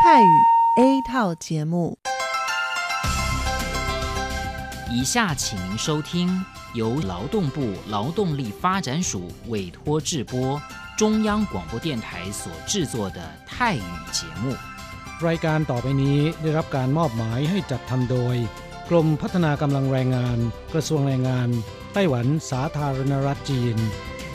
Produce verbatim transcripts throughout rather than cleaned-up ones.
泰语 A 套节目。 以下请您收听由劳动部劳动力发展署委托制播中央广播电台所制作的泰语节目。 รายการต่อไปนี้ได้รับการมอบหมายให้จัดทำโดยกรมพัฒนากำลังแรงงานกระทรวงแรงงานไต้หวันสาธารณรัฐจีน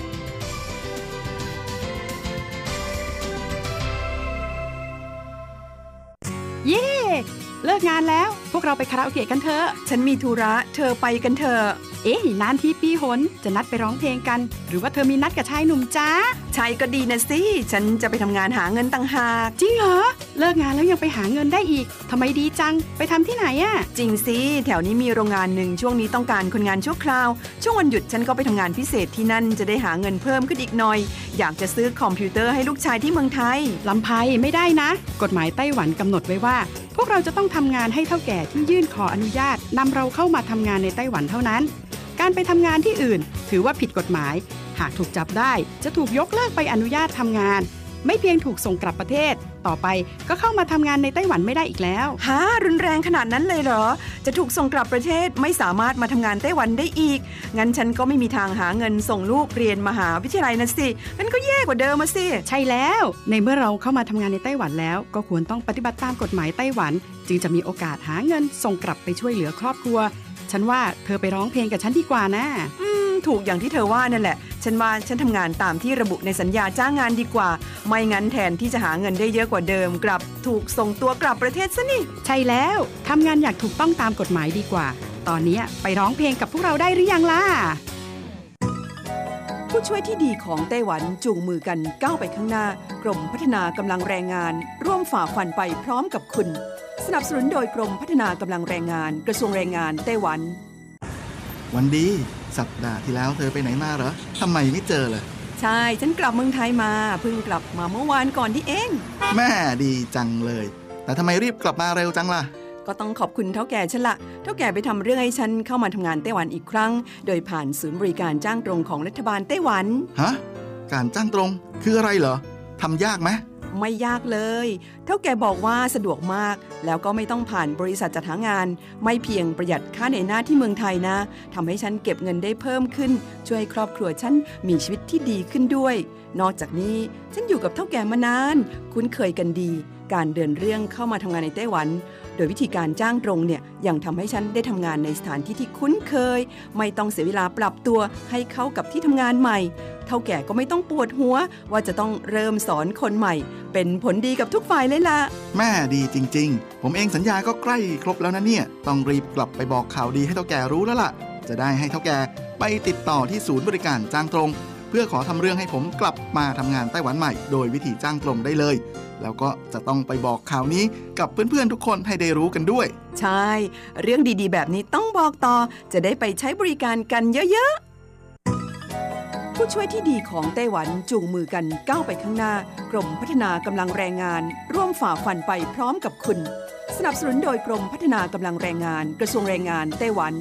เย้เลิกงานแล้วพวกเราไปคาราโอเกะกันเถอะฉันมีธุระเธอไปกันเถอะเอ๊ะนานทีปีหนจะนัดไปร้องเพลงกันหรือว่าเธอมีนัดกับชายหนุ่มจ้าชายก็ดีนะสิฉันจะไปทำงานหาเงินต่างหากจริงเหรอเลิกงานแล้วยังไปหาเงินได้อีกทำไมดีจังไปทำที่ไหนอะจริงสิแถวนี้มีโรงงานหนึ่งช่วงนี้ต้องการคนงานชั่วคราวช่วงวันหยุดฉันก็ไปทำงานพิเศษที่นั่นจะได้หาเงินเพิ่มขึ้นอีกหน่อยอยากจะซื้อคอมพิวเตอร์ให้ลูกชายที่เมืองไทยลำไพไม่ได้นะกฎหมายไต้หวันกำหนดไว้ว่าพวกเราจะต้องทำงานให้เฒ่าแก่ที่ยื่นขออนุญาตนำเราเข้ามาทำงานในไต้หวันเท่านั้นการไปทำงานที่อื่นถือว่าผิดกฎหมายหากถูกจับได้จะถูกยกเลิกใบอนุญาตทำงานไม่เพียงถูกส่งกลับประเทศต่อไปก็เข้ามาทำงานในไต้หวันไม่ได้อีกแล้วฮะรุนแรงขนาดนั้นเลยเหรอจะถูกส่งกลับประเทศไม่สามารถมาทำงานไต้หวันได้อีกงั้นฉันก็ไม่มีทางหาเงินส่งลูกเรียนมหาวิทยาลัยนะสิงั้นก็แย่กว่าเดิมมาสิใช่แล้วในเมื่อเราเข้ามาทำงานในไต้หวันแล้วก็ควรต้องปฏิบัติตามกฎหมายไต้หวันจึงจะมีโอกาสหาเงินส่งกลับไปช่วยเหลือครอบครัวฉันว่าเธอไปร้องเพลงกับฉันดีกว่านะอืมถูกอย่างที่เธอว่านั่นแหละฉันว่าฉันทำงานตามที่ระบุในสัญญาจ้างงานดีกว่าไม่งั้นแทนที่จะหาเงินได้เยอะกว่าเดิมกลับถูกส่งตัวกลับประเทศซะนี่ใช่แล้วทำงานอย่างถูกต้องตามกฎหมายดีกว่าตอนนี้ไปร้องเพลงกับพวกเราได้หรือยังล่ะผู้ช่วยที่ดีของไต้หวันจูงมือกันก้าวไปข้างหน้ากรมพัฒนากำลังแรงงานร่วมฝ่าฟันไปพร้อมกับคุณสนับสนุนโดยกรมพัฒนากำลังแรงงานกระทรวงแรงงานไต้หวันวันดีสัปดาห์ที่แล้วเธอไปไหนมาเหรอทำไมไม่เจอเลยใช่ฉันกลับเมืองไทยมาเพิ่งกลับมาเมื่อวานก่อนที่เองแม่ดีจังเลยแต่ทำไมรีบกลับมาเร็วจังล่ะก็ต้องขอบคุณเฒ่าแก่ฉันละเฒ่าแก่ไปทำเรื่องให้ฉันเข้ามาทำงานไต้หวันอีกครั้งโดยผ่านศูนย์บริการจ้างตรงของรัฐบาลไต้หวันฮะการจ้างตรงคืออะไรเหรอทำยากไหมไม่ยากเลยเฒ่าแก่บอกว่าสะดวกมากแล้วก็ไม่ต้องผ่านบริษัทจัดหางานไม่เพียงประหยัดค่าเหนื่อยหน้าที่เมืองไทยนะทำให้ฉันเก็บเงินได้เพิ่มขึ้นช่วยให้ครอบครัวฉันมีชีวิตที่ดีขึ้นด้วยนอกจากนี้ฉันอยู่กับเฒ่าแก่มานานคุ้นเคยกันดีการเดินเรื่องเข้ามาทำงานในไต้หวันโดยวิธีการจ้างตรงเนี่ยยังทำให้ฉันได้ทำงานในสถานที่ที่คุ้นเคยไม่ต้องเสียเวลาปรับตัวให้เข้ากับที่ทำงานใหม่เฒ่าแก่ก็ไม่ต้องปวดหัวว่าจะต้องเริ่มสอนคนใหม่เป็นผลดีกับทุกฝ่ายเลยล่ะแม่ดีจริงๆผมเองสัญญาก็ใกล้ครบแล้วนะเนี่ยต้องรีบกลับไปบอกข่าวดีให้เฒ่าแก่รู้แล้วล่ะจะได้ให้เฒ่าแก่ไปติดต่อที่ศูนย์บริการจ้างตรงเพื่อขอทำเรื่องให้ผมกลับมาทำงานไต้หวันใหม่โดยวิธีจ้างตรงได้เลยแล้วก็จะต้องไปบอกข่าวนี้กับเพื่อนๆทุกคนให้ได้รู้กันด้วยใช่เรื่องดีๆแบบนี้ต้องบอกต่อจะได้ไปใช้บริการกันเยอะๆผู้ช่วยที่ดีของไต้หวันจูงมือกันก้าวไปข้างหน้ากรมพัฒนากำลังแรงงานร่วมฝ่าฟันไปพร้อมกับคุณสนับสนุนโดยกรมพัฒนากำลังแรงงานกระทรวงแรงงานไต้หวัน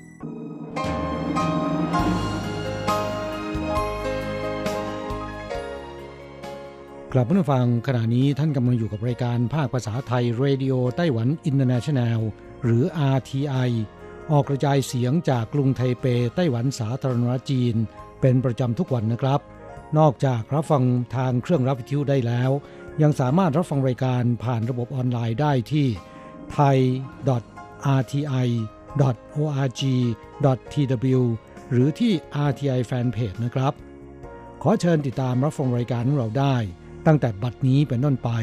กลับมาฟังขณะนี้ท่านกำลังอยู่กับรายการภาคภาษาไทยเรดิโอไต้หวันอินเตอร์เนชั่นแนลหรือ อาร์ ที ไอ ออกกระจายเสียงจากกรุงไทเปไต้หวันสาธารณรัฐจีนเป็นประจำทุกวันนะครับนอกจากรับฟังทางเครื่องรับวิทยุได้แล้วยังสามารถรับฟังรายการผ่านระบบออนไลน์ได้ที่ ไทย ดอท อาร์ ที ไอ ดอท โอ อาร์ จี ดอท ที ดับเบิลยู หรือที่ อาร์ ที ไอ Fanpage นะครับขอเชิญติดตามรับฟังรายการของเราได้ตั้งแต่บัดนี้เป็นต้นไป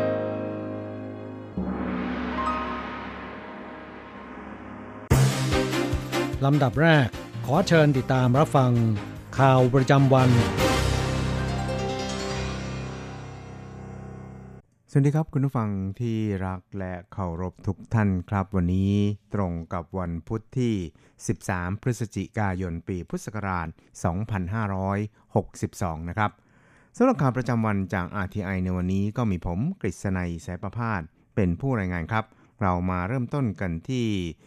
ลำดับแรกขอเชิญติดตามรับฟังข่าวประจำวันสวัสดีครับคุณผู้ฟังที่รักและเคารพทุกท่านครับวันนี้ตรงกับวันพุธที่สิบสามพฤศจิกายนปีพุทธศักราชสองพันห้าร้อยหกสิบสองนะครับสำหรับข่าวประจำวันจาก อาร์ ที ไอ ในวันนี้ก็มีผมกฤษณัยสายประภาสเป็นผู้รายงานครับเรามาเริ่มต้นกันที่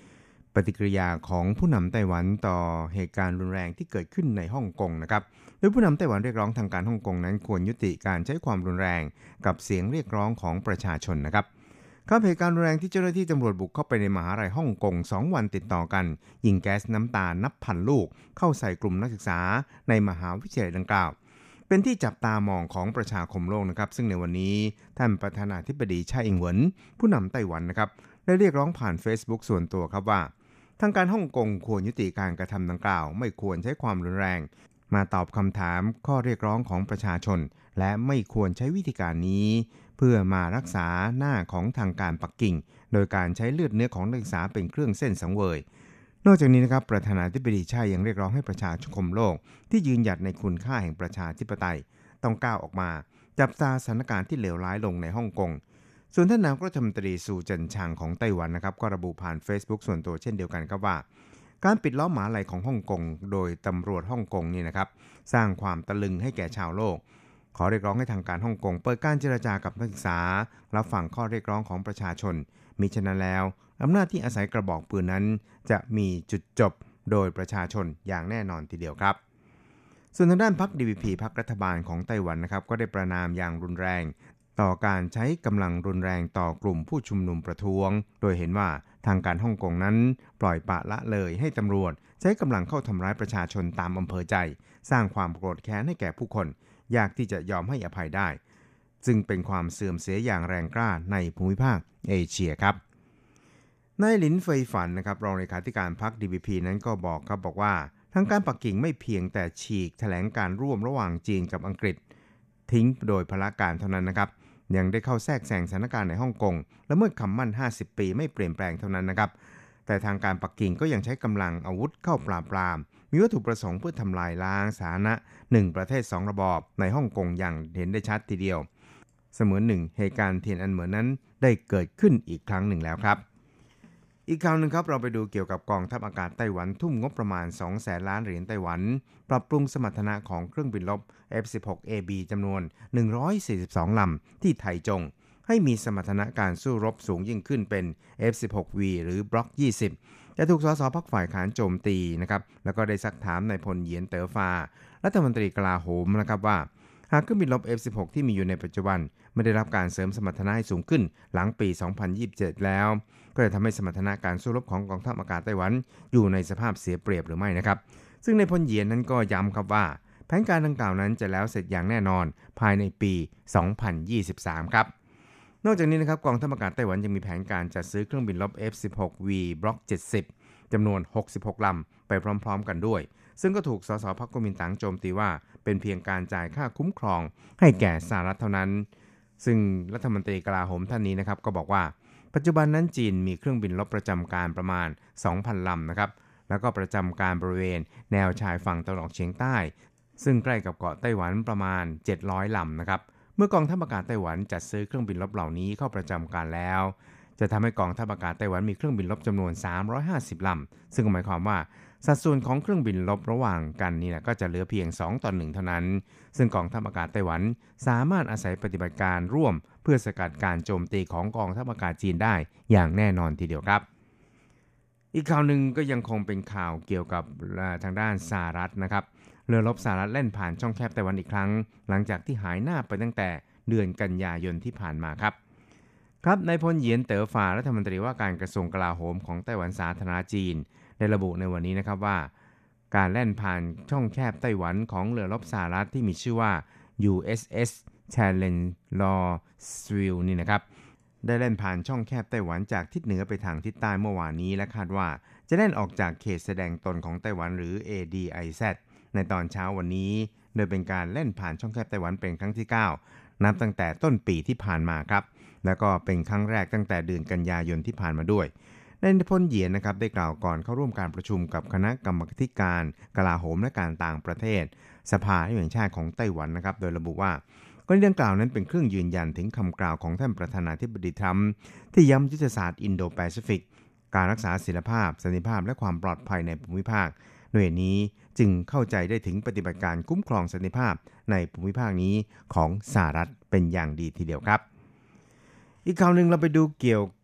ปฏิกิริยาของผู้นำไต้หวันต่อเหตุการณ์รุนแรงที่เกิดขึ้นในฮ่องกงนะครับโดยผู้นำไต้หวันเรียกร้องทางการฮ่องกงนั้นควรยุติการใช้ความรุนแรงกับเสียงเรียกร้องของประชาชนนะครับครับเหตุการณ์รุนแรงที่เจ้าหน้าที่ตำรวจบุกเข้าไปในมหาวิทยาลัยฮ่องกงสองวันติดต่อกันยิงแก๊สน้ำตานับพันลูกเข้าใส่กลุ่มนักศึกษาในมหาวิทยาลัยดังกล่าวเป็นที่จับตามองของประชาคมโลกนะครับซึ่งในวันนี้ท่านประธานาธิบดีไช่อิงเหวินผู้นำไต้หวันนะครับได้เรียกร้องผ่าน Facebook ส่วนตัวครับว่าทางการฮ่องกงควรยุติการกระทำดังกล่าวไม่ควรใช้ความรุนแรงมาตอบคำถามข้อเรียกร้องของประชาชนและไม่ควรใช้วิธีการนี้เพื่อมารักษาหน้าของทางการปักกิ่งโดยการใช้เลือดเนื้อของนักศึกษาเป็นเครื่องเส้นสังเวยนอกจากนี้นะครับประธานาธิบดีไช่ยังเรียกร้องให้ประชาคมโลกที่ยืนหยัดในคุณค่าแห่งประชาธิปไตยต้องก้าวออกมาจับตาสถานการณ์ที่เลวร้ายลงในฮ่องกงส่วนท่านนายกรัฐมนตรีซูเจินชางของไต้หวันนะครับก็ระบุผ่าน Facebook ส่วนตัวเช่นเดียวกันครับว่าการปิดล้อมมหาวิทยาลัยของฮ่องกงโดยตำรวจฮ่องกงนี่นะครับสร้างความตะลึงให้แก่ชาวโลกขอเรียกร้องให้ทางการฮ่องกงเปิดการเจรจากับนักศึกษารับฟังข้อเรียกร้องของประชาชนมิฉะนั้นแล้วอำนาจที่อาศัยกระบอกปืนนั้นจะมีจุดจบโดยประชาชนอย่างแน่นอนทีเดียวครับส่วนทางด้านพรรค ดี วี พี พรรครัฐบาลของไต้หวันนะครับก็ได้ประณามอย่างรุนแรงต่อการใช้กำลังรุนแรงต่อกลุ่มผู้ชุมนุมประท้วงโดยเห็นว่าทางการฮ่องกงนั้นปล่อยปละละเลยให้ตำรวจใช้กำลังเข้าทำร้ายประชาชนตามอำเภอใจสร้างความโกรธแค้นให้แก่ผู้คนยากที่จะยอมให้อภัยได้จึงเป็นความเสื่อมเสียอย่างแรงกล้าในภูมิภาคเอเชียครับนายหลินเฟยฝันนะครับรองเลขาธิการพรรค ดี วี พี นั้นก็บอกครับบอกว่าทางการปักกิ่งไม่เพียงแต่ฉีกแถลงการร่วมระหว่างจีนกับอังกฤษทิ้งโดยพลการเท่านั้นนะครับยังได้เข้าแทรกแซงสถานการณ์ในฮ่องกงและเมื่อคำมั่นห้าสิบปีไม่เปลี่ยนแปลงเท่านั้นนะครับแต่ทางการปักกิ่งก็ยังใช้กำลังอาวุธเข้าปราบปรามมีวัตถุประสงค์เพื่อทำลายล้างสาธารณะหนึ่งประเทศสองระบอบในฮ่องกงอย่างเห็นได้ชัดทีเดียวเสมือนหนึ่งเหตุการณ์เทียนอันเหมือนนั้นได้เกิดขึ้นอีกครั้งหนึ่งแล้วครับอีกข่าวนึงครับเราไปดูเกี่ยวกับกองทัพอากาศไต้หวันทุ่มงบประมาณ สองแสนล้านเหรียญไต้หวันปรับปรุงสมรรถนะของเครื่องบินรบ เอฟ สิบหก เอ บี จำนวนหนึ่งร้อยสี่สิบสองลำที่ไทจงให้มีสมรรถนะการสู้รบสูงยิ่งขึ้นเป็น เอฟ สิบหก วี หรือบล็อกยี่สิบจะถูกสสพรรคฝ่ายค้านโจมตีนะครับแล้วก็ได้ซักถามนายพลเหยียนเต๋อฟารัฐมนตรีกลาโหมนะครับว่าหากเครื่องบินรบ เอฟ สิบหก ที่มีอยู่ในปัจจุบันไม่ได้รับการเสริมสมรรถนะให้สูงขึ้นหลังปี สองพันยี่สิบเจ็ด แล้วก็จะทำให้สมรรถนะการสู้รบของกองทัพอากาศไต้หวันอยู่ในสภาพเสียเปรียบหรือไม่นะครับซึ่งนายพลเหยียนนั้นก็ย้ำครับว่าแผนการดังกล่าวนั้นจะแล้วเสร็จอย่างแน่นอนภายในปี สองพันยี่สิบสาม ครับนอกจากนี้นะครับกองทัพอากาศไต้หวันยังมีแผนการจัดซื้อเครื่องบินรบ เอฟ สิบหก วี บล็อกเจ็ดสิบจำนวนหกสิบหกลำไปพร้อมๆกันด้วยซึ่งก็ถูกสสพรรคก๊กมินตั๋งโจมตีว่าเป็นเพียงการจ่ายค่าคุ้มครองให้แก่สหรัฐเท่านั้นซึ่งรัฐมนตรีกลาโหมท่านนี้นะครับก็บอกว่าปัจจุบันนั้นจีนมีเครื่องบินรบประจำการประมาณ สองพัน ลำนะครับแล้วก็ประจำการบริเวณแนวชายฝั่งตะวันออกเฉียงใต้ซึ่งใกล้กับเกาะไต้หวันประมาณเจ็ดร้อยลำนะครับเมื่อกองทัพอากาศไต้หวันจัดซื้อเครื่องบินรบเหล่านี้เข้าประจำการแล้วจะทำให้กองทัพอากาศไต้หวันมีเครื่องบินรบจำนวนสามร้อยห้าสิบลำซึ่งหมายความว่าสัดส่วนของเครื่องบินรบระหว่างกันนี่นะก็จะเหลือเพียงสองต่อหนึ่งเท่านั้นซึ่งกองทัพอากาศไต้หวันสามารถอาศัยปฏิบัติการร่วมเพื่อสกัดการโจมตีของกองทัพอากาศจีนได้อย่างแน่นอนทีเดียวครับอีกข่าวหนึ่งก็ยังคงเป็นข่าวเกี่ยวกับทางด้านสหรัฐนะครับเรือรบสหรัฐแล่นผ่านช่องแคบไต้หวันอีกครั้งหลังจากที่หายหน้าไปตั้งแต่เดือนกันยายนที่ผ่านมาครับครับนายพลเหยียนเต๋อฟารัฐมนตรีว่าการกระทรวงกลาโหมของไต้หวันสาธารณรัฐจีนได้ระบุในวันนี้นะครับว่าการแล่นผ่านช่องแคบไต้หวันของเรือรบสหรัฐที่มีชื่อว่า ยู เอส เอส Challenger นี่นะครับได้แล่นผ่านช่องแคบไต้หวันจากทิศเหนือไปทางทิศใต้เมื่อวานนี้และคาดว่าจะแล่นออกจากเขตแสดงตนของไต้หวันหรือ เอ ดี ไอ แซด ในตอนเช้าวันนี้โดยเป็นการแล่นผ่านช่องแคบไต้หวันเป็นครั้งที่เก้านับตั้งแต่ต้นปีที่ผ่านมาครับแล้วก็เป็นครั้งแรกตั้งแต่เดือนกันยายนที่ผ่านมาด้วยนายพลเหยียนนะครับได้กล่าวก่อนเข้าร่วมการประชุมกับคณะกรรมาการกลาโหมและการต่างประเทศสภาแห่งชาติของไต้หวันนะครับโดยระบุว่ากรณีดังกล่าวนั้นเป็นเครื่องยืนยันถึงคำกล่าวของท่านประธานาธิบดีทรัมป์ที่ย้ำยุทธศาสตร์อินโดแปซิฟิกการรักษาเสถียรภาพสันติภาพและความปลอดภัยในภูมิภาคโดยนี้จึงเข้าใจได้ถึงปฏิบัติการคุ้มครองสันติภาพในภูมิภาคนี้ของสหรัฐเป็นอย่างดีทีเดียวครับอีกข่าวหนึ่งเราไปดูเกี่ยว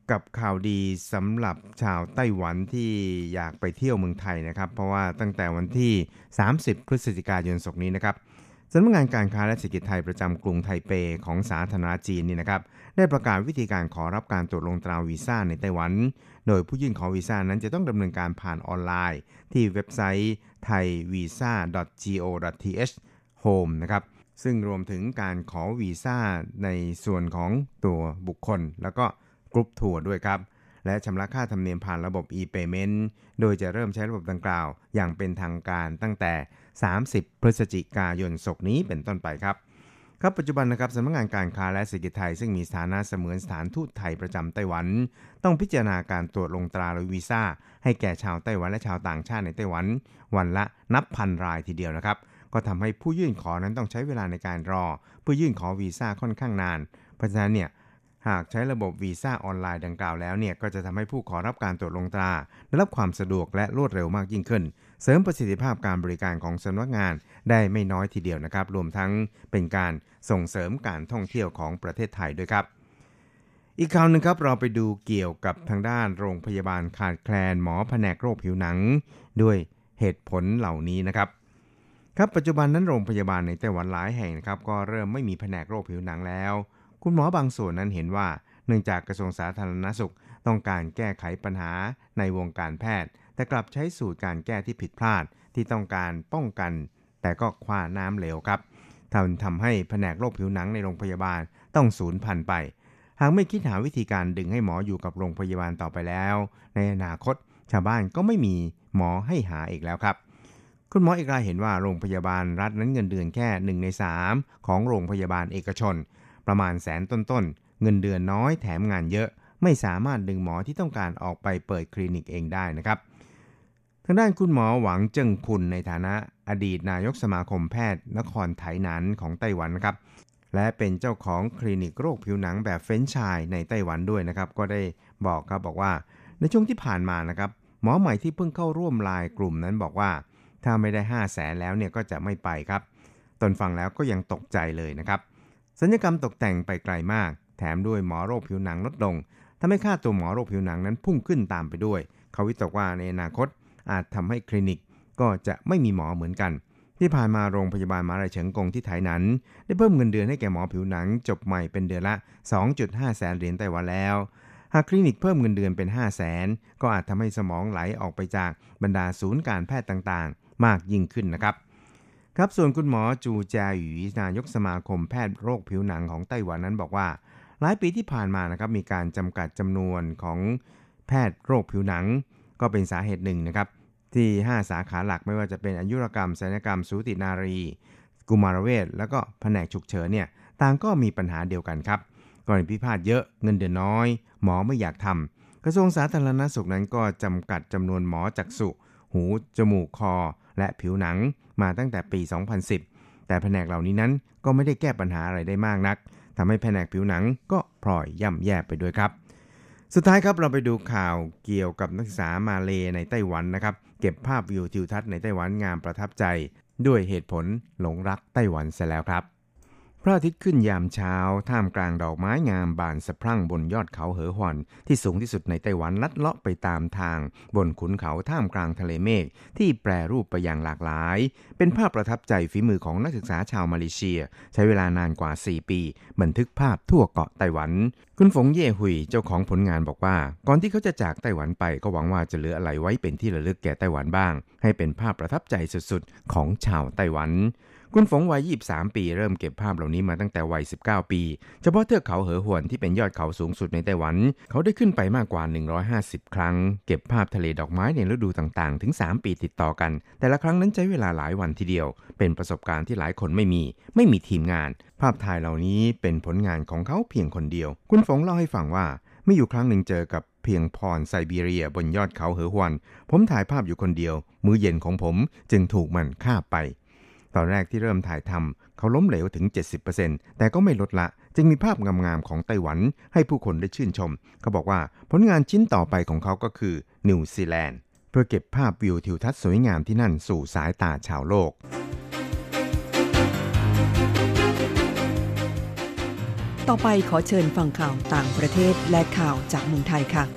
กับข่าวดีสำหรับชาวไต้หวันที่อยากไปเที่ยวเมืองไทยนะครับเพราะว่าตั้งแต่วันที่สามสิบพฤศจิกายนศกนี้นะครับสำนักงานการค้าและเศรษฐกิจไทยประจำกรุงไทเปของสาธารณรัฐจีนนี่นะครับได้ประกาศวิธีการขอรับการตรวจลงตราวีซ่าในไต้หวันโดยผู้ยื่นขอวีซ่านั้นจะต้องดำเนินการผ่านออนไลน์ที่เว็บไซต์ ไทยวีซ่า ดอท จี โอ ดอท ที เอช Home นะครับซึ่งรวมถึงการขอวีซ่าในส่วนของตัวบุคคลแล้วก็กรุ๊ปทัวร์ด้วยครับและชำระค่าธรรมเนียมผ่านระบบ e-payment โดยจะเริ่มใช้ระบบดังกล่าวอย่างเป็นทางการตั้งแต่สามสิบพฤศจิกายนศกนี้เป็นต้นไปครับครับปัจจุบันนะครับสำนักงานการค้าและเศรษฐกิจไทยซึ่งมีสถานะเสมือนสถานทูตไทยประจำไต้หวันต้องพิจารณาการตรวจลงตราหรือวีซ่าให้แก่ชาวไต้หวันและชาวต่างชาติในไต้หวันวันละนับพันรายทีเดียวนะครับก็ทำให้ผู้ยื่นขอนั้นต้องใช้เวลาในการรอเพื่อยื่นขอวีซ่าค่อนข้างนานเพราะฉะนั้นเนี่ยหากใช้ระบบวีซ่าออนไลน์ดังกล่าวแล้วเนี่ยก็จะทำให้ผู้ขอรับการตรวจลงตราได้รับความสะดวกและรวดเร็วมากยิ่งขึ้นเสริมประสิทธิภาพการบริการของสำนักงานได้ไม่น้อยทีเดียวนะครับรวมทั้งเป็นการส่งเสริมการท่องเที่ยวของประเทศไทยด้วยครับอีกข่าวหนึ่งครับเราไปดูเกี่ยวกับทางด้านโรงพยาบาลขาดแคลนหมอแผนกโรคผิวหนังด้วยเหตุผลเหล่านี้นะครับครับปัจจุบันนั้นโรงพยาบาลในไต้หวันหลายแห่งนะครับก็เริ่มไม่มีแผนกโรคผิวหนังแล้วคุณหมอบางส่วนนั้นเห็นว่าเนื่องจากกระทรวงสาธารณสุขต้องการแก้ไขปัญหาในวงการแพทย์แต่กลับใช้สูตรการแก้ที่ผิดพลาดที่ต้องการป้องกันแต่ก็คว้าน้ำเหลวครับทำทำให้แผนกโรคผิวหนังในโรงพยาบาลต้องสูญพันธุ์ไปหากไม่คิดหาวิธีการดึงให้หมออยู่กับโรงพยาบาลต่อไปแล้วในอนาคตชาวบ้านก็ไม่มีหมอให้หาอีกแล้วครับคุณหมออีกรายเห็นว่าโรงพยาบาลรัฐนั้นเงินเดือนแค่หนึ่งในสามของโรงพยาบาลเอกชนประมาณแสนต้นๆเงินเดือนน้อยแถมงานเยอะไม่สามารถดึงหมอที่ต้องการออกไปเปิดคลินิกเองได้นะครับทางด้านคุณหมอหวังเจิ้งพุนในฐานะอดีตนายกสมาคมแพทย์นครไถหนานของไต้หวันนะครับและเป็นเจ้าของคลินิกโรคผิวหนังแบบเฟรนไชส์ในไต้หวันด้วยนะครับก็ได้บอกครับบอกว่าในช่วงที่ผ่านมานะครับหมอใหม่ที่เพิ่งเข้าร่วมรายกลุ่มนั้นบอกว่าถ้าไม่ได้ห้าแสนแล้วเนี่ยก็จะไม่ไปครับตนฟังแล้วก็ยังตกใจเลยนะครับศัลยกรรมตกแต่งไปไกลมากแถมด้วยหมอโรคผิวหนังลดลงทำให้ค่าตัวหมอโรคผิวหนังนั้นพุ่งขึ้นตามไปด้วยเขาวิตกว่าในอนาคตอาจทำให้คลินิกก็จะไม่มีหมอเหมือนกันที่ผ่านมาโรงพยาบาลมหาวิทยาลัยเฉิงกงที่ไถหนานได้เพิ่มเงินเดือนให้แก่หมอผิวหนังจบใหม่เป็นเดือนละ สองจุดห้า แสนเหรียญไต้หวันแล้วหากคลินิกเพิ่มเงินเดือนเป็นห้าแสนก็อาจทำให้สมองไหลออกไปจากบรรดาศูนย์การแพทย์ต่างๆมากยิ่งขึ้นนะครับครับส่วนคุณหมอจูแจหยีนายกสมาคมแพทย์โรคผิวหนังของไต้หวันนั้นบอกว่าหลายปีที่ผ่านมานะครับมีการจำกัดจำนวนของแพทย์โรคผิวหนังก็เป็นสาเหตุหนึ่งนะครับที่ห้าสาขาหลักไม่ว่าจะเป็นอายุรกรรมศัลยกรรมสูตินารีกุมารเวชแล้วก็แผนกฉุกเฉินเนี่ยต่างก็มีปัญหาเดียวกันครับกรณีพิพาทเยอะเงินเดือนน้อยหมอไม่อยากทำกระทรวงสาธารณสุขนั้นก็จำกัดจำนวนหมอจักษุหูจมูกคอและผิวหนังมาตั้งแต่ปีสองพันสิบแต่แผนกเหล่านี้นั้นก็ไม่ได้แก้ปัญหาอะไรได้มากนักทำให้แผนกผิวหนังก็พลอยย่ำแย่ไปด้วยครับสุดท้ายครับเราไปดูข่าวเกี่ยวกับนักศึกษามาเลในไต้หวันนะครับเก็บภาพวิวทิวทัศน์ในไต้หวันงามประทับใจด้วยเหตุผลหลงรักไต้หวันซะแล้วครับพระอาทิตย์ขึ้นยามเช้าท่ามกลางดอกไม้งามบานสะพรั่งบนยอดเขาเหอหวนที่สูงที่สุดในไต้หวันลัดเลาะไปตามทางบนขุนเขาท่ามกลางทะเลเมฆที่แปรรูปไปอย่างหลากหลายเป็นภาพประทับใจฝีมือของนักศึกษาชาวมาเลเซียใช้เวลานานกว่าสี่ปีบันทึกภาพทั่วเกาะไต้หวันคุณฝงเย่หุยเจ้าของผลงานบอกว่าก่อนที่เขาจะจากไต้หวันไปก็หวังว่าจะเหลืออะไรไว้เป็นที่ระลึกแก่ไต้หวันบ้างให้เป็นภาพประทับใจสุดๆของชาวไต้หวันคุณฝงวัยยี่สิบสามปีเริ่มเก็บภาพเหล่านี้มาตั้งแต่วัยสิบเก้าปีเฉพาะเทือกเขาเหอหวนที่เป็นยอดเขาสูงสุดในไต้หวันเขาได้ขึ้นไปมากกว่าหนึ่งร้อยห้าสิบครั้งเก็บภาพทะเลดอกไม้ในฤดูต่างๆถึงสามปีติดต่อกันแต่ละครั้งนั้นใช้เวลาหลายวันทีเดียวเป็นประสบการณ์ที่หลายคนไม่มีไม่มีทีมงานภาพถ่ายเหล่านี้เป็นผลงานของเขาเพียงคนเดียวคุณฝงเล่าให้ฟังว่ามีอยู่ครั้งหนึ่งเจอกับเพียงพรไซบีเรียบนยอดเขาเหอหวนผมถ่ายภาพอยู่คนเดียวมื้อเย็นของผมจึงถูกมันฆ่าไปตอนแรกที่เริ่มถ่ายทำเขาล้มเหลวถึง เจ็ดสิบเปอร์เซ็นต์ แต่ก็ไม่ลดละจึงมีภาพงามๆของไต้หวันให้ผู้คนได้ชื่นชมเขาบอกว่าผลงานชิ้นต่อไปของเขาก็คือนิวซีแลนด์เพื่อเก็บภาพวิวทิวทัศน์สวยงามที่นั่นสู่สายตาชาวโลกต่อไปขอเชิญฟังข่าวต่างประเทศและข่าวจากเมืองไทยค่ะ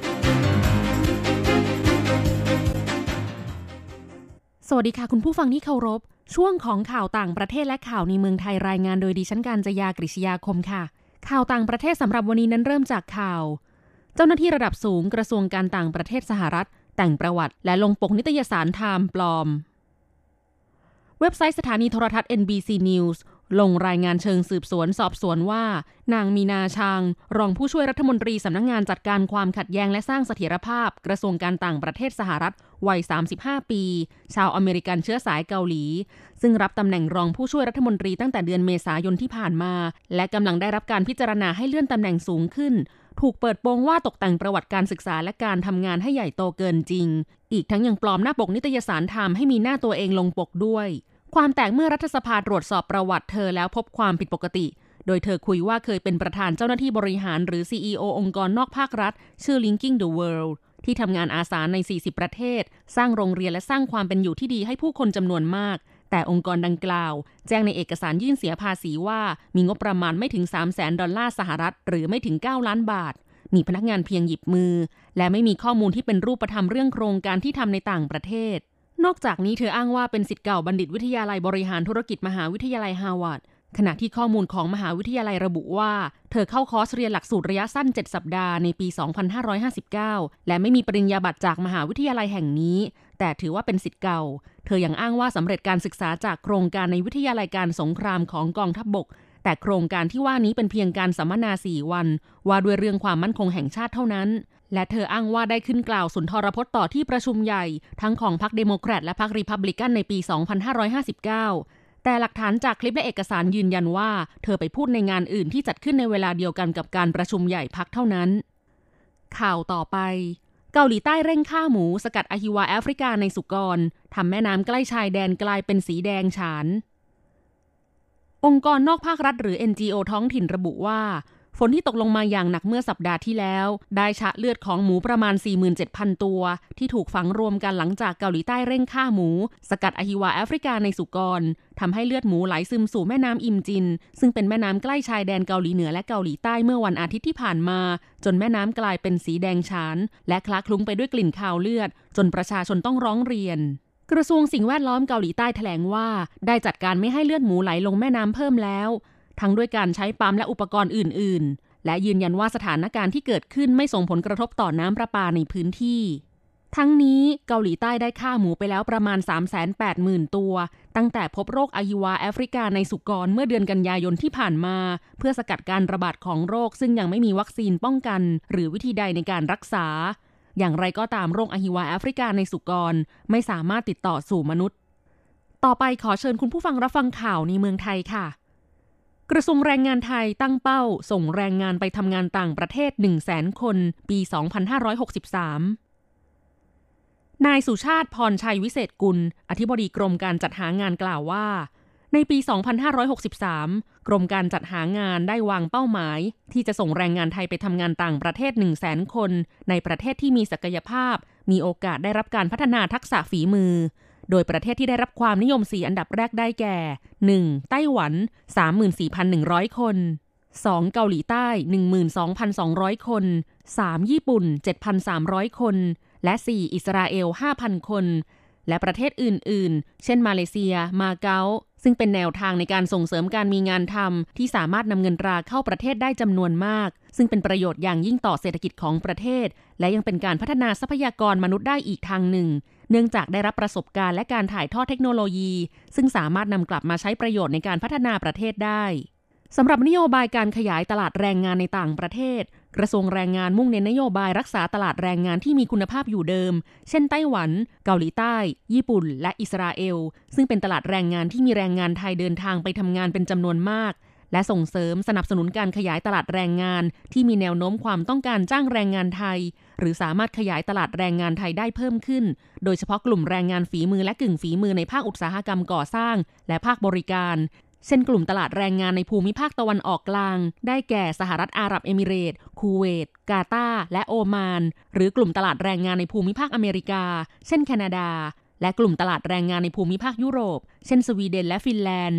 สวัสดีค่ะคุณผู้ฟังที่เคารพช่วงของข่าวต่างประเทศและข่าวในเมืองไทยรายงานโดยดิฉันกาญจยากฤษยาคมค่ะข่าวต่างประเทศสำหรับวันนี้นั้นเริ่มจากข่าวเจ้าหน้าที่ระดับสูงกระทรวงการต่างประเทศสหรัฐแต่งประวัติและลงปกนิตยสารไทม์ปลอมเว็บไซต์สถานีโทรทัศน์ เอ็น บี ซี News ลงรายงานเชิงสืบสวนสอบสวนว่านางมีนาชางรองผู้ช่วยรัฐมนตรีสำนักงานจัดการความขัดแย้งและสร้างเสถียรภาพกระทรวงการต่างประเทศสหรัฐวัยสามสิบห้าปีชาวอเมริกันเชื้อสายเกาหลีซึ่งรับตำแหน่งรองผู้ช่วยรัฐมนตรีตั้งแต่เดือนเมษายนที่ผ่านมาและกำลังได้รับการพิจารณาให้เลื่อนตำแหน่งสูงขึ้นถูกเปิดโปงว่าตกแต่งประวัติการศึกษาและการทำงานให้ใหญ่โตเกินจริงอีกทั้งยังปลอมหน้าปกนิตยสารไทม์ให้มีหน้าตัวเองลงปกด้วยความแตกเมื่อรัฐสภาตรวจสอบประวัติเธอแล้วพบความผิดปกติโดยเธอคุยว่าเคยเป็นประธานเจ้าหน้าที่บริหารหรือ ซี อี โอ องค์กรนอกภาครัฐชื่อ Linking the World ที่ทำงานอาสาในสี่สิบประเทศสร้างโรงเรียนและสร้างความเป็นอยู่ที่ดีให้ผู้คนจำนวนมากแต่องค์กรดังกล่าวแจ้งในเอกสารยื่นเสียภาษีว่ามีงบประมาณไม่ถึง สามแสนดอลลาร์สหรัฐหรือไม่ถึงเก้าล้านบาทมีพนักงานเพียงหยิบมือและไม่มีข้อมูลที่เป็นรูปธรรมเรื่องโครงการที่ทำในต่างประเทศนอกจากนี้เธออ้างว่าเป็นศิษย์เก่าบัณฑิตวิทยาลัยบริหารธุรกิจมหาวิทยาลัยฮาร์วาร์ดขณะที่ข้อมูลของมหาวิทยาลัยระบุว่าเธอเข้าคอร์สเรียนหลักสูตรระยะสั้นเจ็ดสัปดาห์ในปีสองพันห้าร้อยห้าสิบเก้าและไม่มีปริญญาบัตรจากมหาวิทยาลัยแห่งนี้แต่ถือว่าเป็นศิษย์เก่าเธอยังอ้างว่าสำเร็จการศึกษาจากโครงการในวิทยาลัยการสงครามของกองทัพบกแต่โครงการที่ว่านี้เป็นเพียงการสัมมนาสี่วันว่าด้วยเรื่องความมั่นคงแห่งชาติเท่านั้นและเธออ้างว่าได้ขึ้นกล่าวสุนทรพจน์ต่อที่ประชุมใหญ่ทั้งของพรรคเดโมแครตและพรรครีพับลิกันในปีสองพันห้าร้อยห้าสิบเก้าแต่หลักฐานจากคลิปและเอกสารยืนยันว่าเธอไปพูดในงานอื่นที่จัดขึ้นในเวลาเดียวกันกับการประชุมใหญ่พรรคเท่านั้นข่าวต่อไปเกาหลีใต้เร่งฆ่าหมูสกัดอะฮิวาแอฟริกาในสุกรทำแม่น้ำใกล้ชายแดนกลายเป็นสีแดงฉานองค์กรนอกภาครัฐหรือ เอ็น จี โอ ท้องถิ่นระบุว่าฝนที่ตกลงมาอย่างหนักเมื่อสัปดาห์ที่แล้วได้ชะเลือดของหมูประมาณ สี่หมื่นเจ็ดพัน ตัวที่ถูกฝังรวมกันหลังจากเกาหลีใต้เร่งฆ่าหมูสกัดอะฮิวาแอฟริกาในสุกรทำให้เลือดหมูไหลซึมสู่แม่น้ำอิมจินซึ่งเป็นแม่น้ำใกล้ชายแดนเกาหลีเหนือและเกาหลีใต้เมื่อวันอาทิตย์ที่ผ่านมาจนแม่น้ำกลายเป็นสีแดงฉานและคล้าคลุ้งไปด้วยกลิ่นคาวเลือดจนประชาชนต้องร้องเรียนกระทรวงสิ่งแวดล้อมเกาหลีใต้แถลงว่าได้จัดการไม่ให้เลือดหมูไหลลงแม่น้ำเพิ่มแล้วทั้งด้วยการใช้ปั๊มและอุปกรณ์อื่นๆและยืนยันว่าสถานการณ์ที่เกิดขึ้นไม่ส่งผลกระทบต่อน้ำประปาในพื้นที่ทั้งนี้เกาหลีใต้ได้ฆ่าหมูไปแล้วประมาณ สามแสนแปดหมื่น ตัวตั้งแต่พบโรคอะฮิวาแอฟริกาในสุกรเมื่อเดือนกันยายนที่ผ่านมาเพื่อสกัดการระบาดของโรคซึ่งยังไม่มีวัคซีนป้องกันหรือวิธีใดในการรักษาอย่างไรก็ตามโรคอะฮิวาแอฟริกาในสุกรไม่สามารถติดต่อสู่มนุษย์ต่อไปขอเชิญคุณผู้ฟังรับฟังข่าวในเมืองไทยค่ะกระทรวงแรงงานไทยตั้งเป้าส่งแรงงานไปทำงานต่างประเทศ หนึ่งแสน คนปีสองพันห้าร้อยหกสิบสามนายสุชาติพรชัยวิเศษกุลอธิบดีกรมการจัดหางานกล่าวว่าในปีสองพันห้าร้อยหกสิบสามกรมการจัดหางานได้วางเป้าหมายที่จะส่งแรงงานไทยไปทำงานต่างประเทศ หนึ่งแสน คนในประเทศที่มีศักยภาพมีโอกาสได้รับการพัฒนาทักษะฝีมือโดยประเทศที่ได้รับความนิยมสี่อันดับแรกได้แก่ หนึ่ง ไต้หวัน สามหมื่นสี่พันหนึ่งร้อย คน สอง เกาหลีใต้ หนึ่งหมื่นสองพันสองร้อย คน สาม ญี่ปุ่น เจ็ดพันสามร้อย คนและสี่ อิสราเอล ห้าพัน คนและประเทศอื่นๆเช่นมาเลเซียมาเก๊าซึ่งเป็นแนวทางในการส่งเสริมการมีงานทำที่สามารถนำเงินตราเข้าประเทศได้จำนวนมากซึ่งเป็นประโยชน์อย่างยิ่งต่อเศรษฐกิจของประเทศและยังเป็นการพัฒนาทรัพยากรมนุษย์ได้อีกทางหนึ่งเนื่องจากได้รับประสบการณ์และการถ่ายทอดเทคโนโลยีซึ่งสามารถนำกลับมาใช้ประโยชน์ในการพัฒนาประเทศได้สำหรับนโยบายการขยายตลาดแรงงานในต่างประเทศกระทรวงแรงงานมุ่งเน้นนโยบายรักษาตลาดแรงงานที่มีคุณภาพอยู่เดิมเช่นไต้หวันเกาหลีใต้ญี่ปุ่นและอิสราเอลซึ่งเป็นตลาดแรงงานที่มีแรงงานไทยเดินทางไปทำงานเป็นจำนวนมากและส่งเสริมสนับสนุนการขยายตลาดแรงงานที่มีแนวโน้มความต้องการจ้างแรงงานไทยหรือสามารถขยายตลาดแรงงานไทยได้เพิ่มขึ้นโดยเฉพาะกลุ่มแรงงานฝีมือและกึ่งฝีมือในภาคอุตสาหกรรมก่อสร้างและภาคบริการเช่นกลุ่มตลาดแรงงานในภูมิภาคตะวันออกกลางได้แก่สหรัฐอาหรับเอมิเรตส์คูเวตกาตาร์และโอมานหรือกลุ่มตลาดแรงงานในภูมิภาคอเมริกาเช่นแคนาดาและกลุ่มตลาดแรงงานในภูมิภาคยุโรปเช่นสวีเดนและฟินแลนด์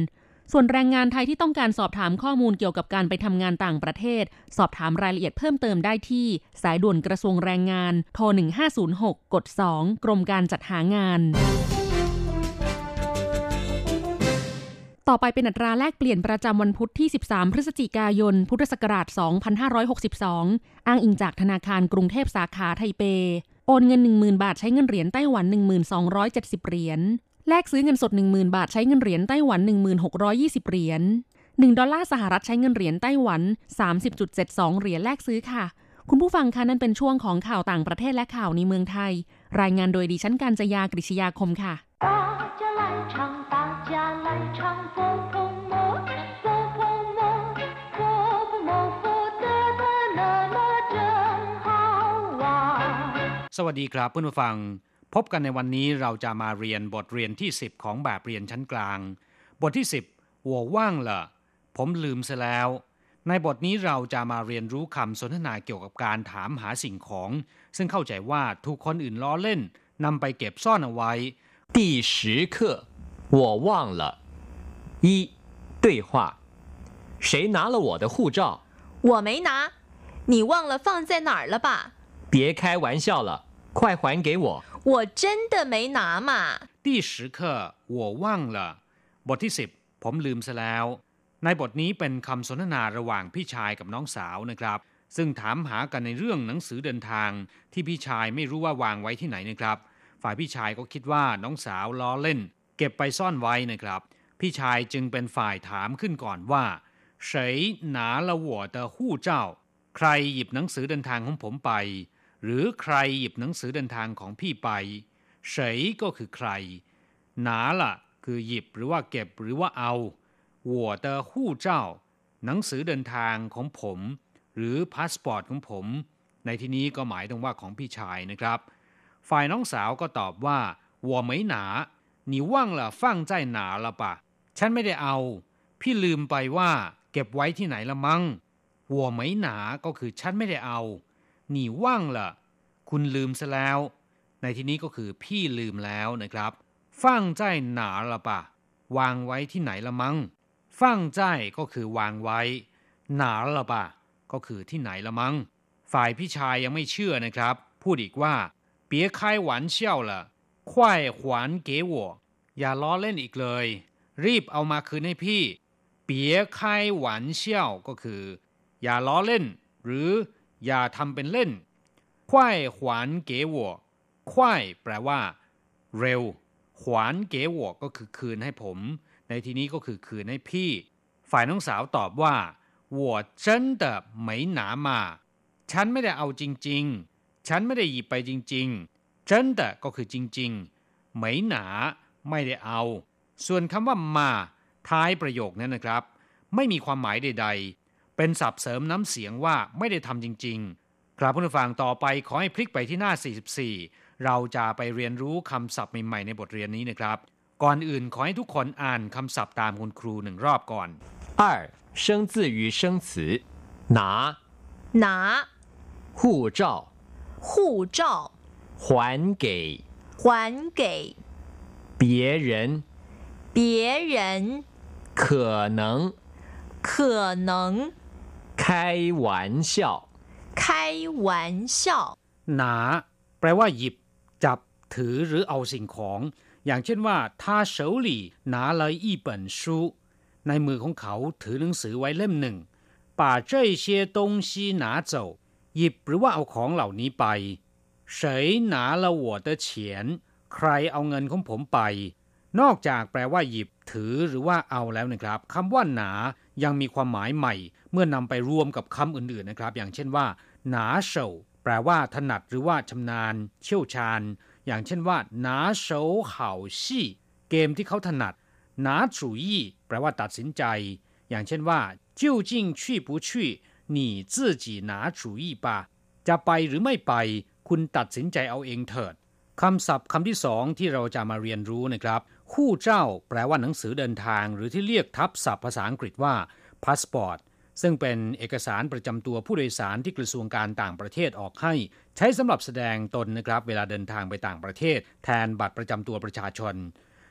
ส่วนแรงงานไทยที่ต้องการสอบถามข้อมูลเกี่ยวกับการไปทำงานต่างประเทศสอบถามรายละเอียดเพิ่มเติมได้ที่สายด่วนกระทรวงแรงงานโทรหนึ่งห้าศูนย์หกกดสองกรมการจัดหางานต่อไปเป็นอัตราแลกเปลี่ยนประจำวันพุธที่สิบสามพฤศจิกายนพุทธศักราชสองพันห้าร้อยหกสิบสองอ้างอิงจากธนาคารกรุงเทพสาขาไทเปโอนเงิน หนึ่งหมื่น บาทใช้เงินเหรียญไต้หวัน หนึ่งพันสองร้อยเจ็ดสิบ เหรียญแลกซื้อเงินสด หนึ่งหมื่น บาทใช้เงินเหรียญไต้หวัน หนึ่งพันหกร้อยยี่สิบ เหรียญหนึ่งดอลลาร์สหรัฐใช้เงินเหรียญไต้หวัน สามสิบจุดเจ็ดสอง เหรียญแลกซื้อค่ะคุณผู้ฟังคะนั่นเป็นช่วงของข่าวต่างประเทศและข่าวในเมืองไทยรายงานโดยดิฉันกาญจยากฤษยาคมค่ะสวัสดีครับเพื่อนผู้ฟังพบกันในวันนี้เราจะมาเรียนบทเรียนที่สิบของแบบเรียนชั้นกลางบทที่สิบ我忘了ผมลืมซะแล้วในบทนี้เราจะมาเรียนรู้คำสนทนาเกี่ยวกับการถามหาสิ่งของซึ่งเข้าใจว่าถูกคนอื่นล้อเล่นนำไปเก็บซ่อนเอาไว้第十课我忘了一对话谁拿了我的护照我没拿你忘了放在哪儿了吧别开玩笑了快还给我我真的没拿嘛第十课我忘了บทที่สิบผมลืมซะแล้วในบทนี้เป็นคำสนทนาระหว่างพี่ชายกับน้องสาวนะครับซึ่งถามหากันในเรื่องหนังสือเดินทางที่พี่ชายไม่รู้ว่าวางไว้ที่ไหนนะครับฝ่ายพี่ชายก็คิดว่าน้องสาวล้อเล่นเก็บไปซ่อนไว้นะครับพี่ชายจึงเป็นฝ่ายถามขึ้นก่อนว่า谁拿了我的护照ใครหยิบหนังสือเดินทางของผมไปหรือใครหยิบหนังสือเดินทางของพี่ไป谁ก็คือใคร拿了คือหยิบหรือว่าเก็บหรือว่าเอา我的护照หนังสือเดินทางของผมหรือพาสปอร์ตของผมในที่นี้ก็หมายถึงว่าของพี่ชายนะครับฝ่ายน้องสาวก็ตอบว่า我没拿你忘了放在哪了吧ฉันไม่ได้เอาพี่ลืมไปว่าเก็บไว้ที่ไหนละมั้ง我没拿ก็คือฉันไม่ได้เอา你忘了คุณลืมซะแล้วในที่นี้ก็คือพี่ลืมแล้วนะครับ放在哪了吧วางไว้ที่ไหนละมั้ง放在ก็คือวางไว้哪了吧ก็คือที่ไหนละมั้งฝ่ายพี่ชายยังไม่เชื่อนะครับพูดอีกว่า别开玩笑了快还给我อย่าล้อเล่นอีกเลยรีบเอามาคืนให้พี่别开玩笑ก็คืออย่าล้อเล่นหรืออย่าทำเป็นเล่น快还给我快แปลว่าเร็ว还给我ก็คือคืนให้ผมในที่นี้ก็คือคืนให้พี่ฝ่ายน้องสาวตอบว่า我真的没拿嘛ฉันไม่ได้เอาจริงๆฉันไม่ได้หยิบไปจริงๆ真的ก็คือจริงๆไม่หนาไม่ได้เอาส่วนคำว่ามาท้ายประโยคนั้นนะครับไม่มีความหมายใดๆเป็นศัพท์เสริมน้ำเสียงว่าไม่ได้ทำจริงๆครับผู้ฟังต่อไปขอให้พลิกไปที่หน้าสี่สิบสี่เราจะไปเรียนรู้คำศัพท์ใหม่ๆในบทเรียนนี้นะครับก่อนอื่นขอให้ทุกคนอ่านคำศัพท์ตามคุณครูหนึ่งรอบก่อน二生字与生词拿拿护照护照还给还给别人别人可能可能开玩笑开玩笑หนาแปลว่าหยิบจับถือหรือเอาสิ่งของอย่างเช่นว่า他手里拿了一本书ในมือของเขาถือหนังสือไว้เล่มหนึ่ง把这些东西拿走หยิบหรือว่าเอาของเหล่านี้ไป谁拿了我的钱ใครเอาเงินของผมไปนอกจากแปลว่าหยิบถือหรือว่าเอาแล้วนะครับคำว่าหนายังมีความหมายใหม่เมื่อนำไปรวมกับคำอื่นๆนะครับอย่างเช่นว่าหนาเฉาแปลว่าถนัดหรือว่าชำนาญเชี่ยวชาญอย่างเช่นว่าหนาเฉาเห่าชี่เกมที่เขาถนัดหนา主意แปลว่าตัดสินใจอย่างเช่นว่า究竟去不去你自己拿主意吧จะไปหรือไม่ไปคุณตัดสินใจเอาเองเถิดคำศัพท์คำที่สองที่เราจะมาเรียนรู้นะครับฮู้เจ้าแปลว่าหนังสือเดินทางหรือที่เรียกทับศัพท์ภาษาอังกฤษว่าพาสปอร์ตซึ่งเป็นเอกสารประจำตัวผู้โดยสารที่กระทรวงการต่างประเทศออกให้ใช้สำหรับแสดงตนนะครับเวลาเดินทางไปต่างประเทศแทนบัตรประจำตัวประชาชน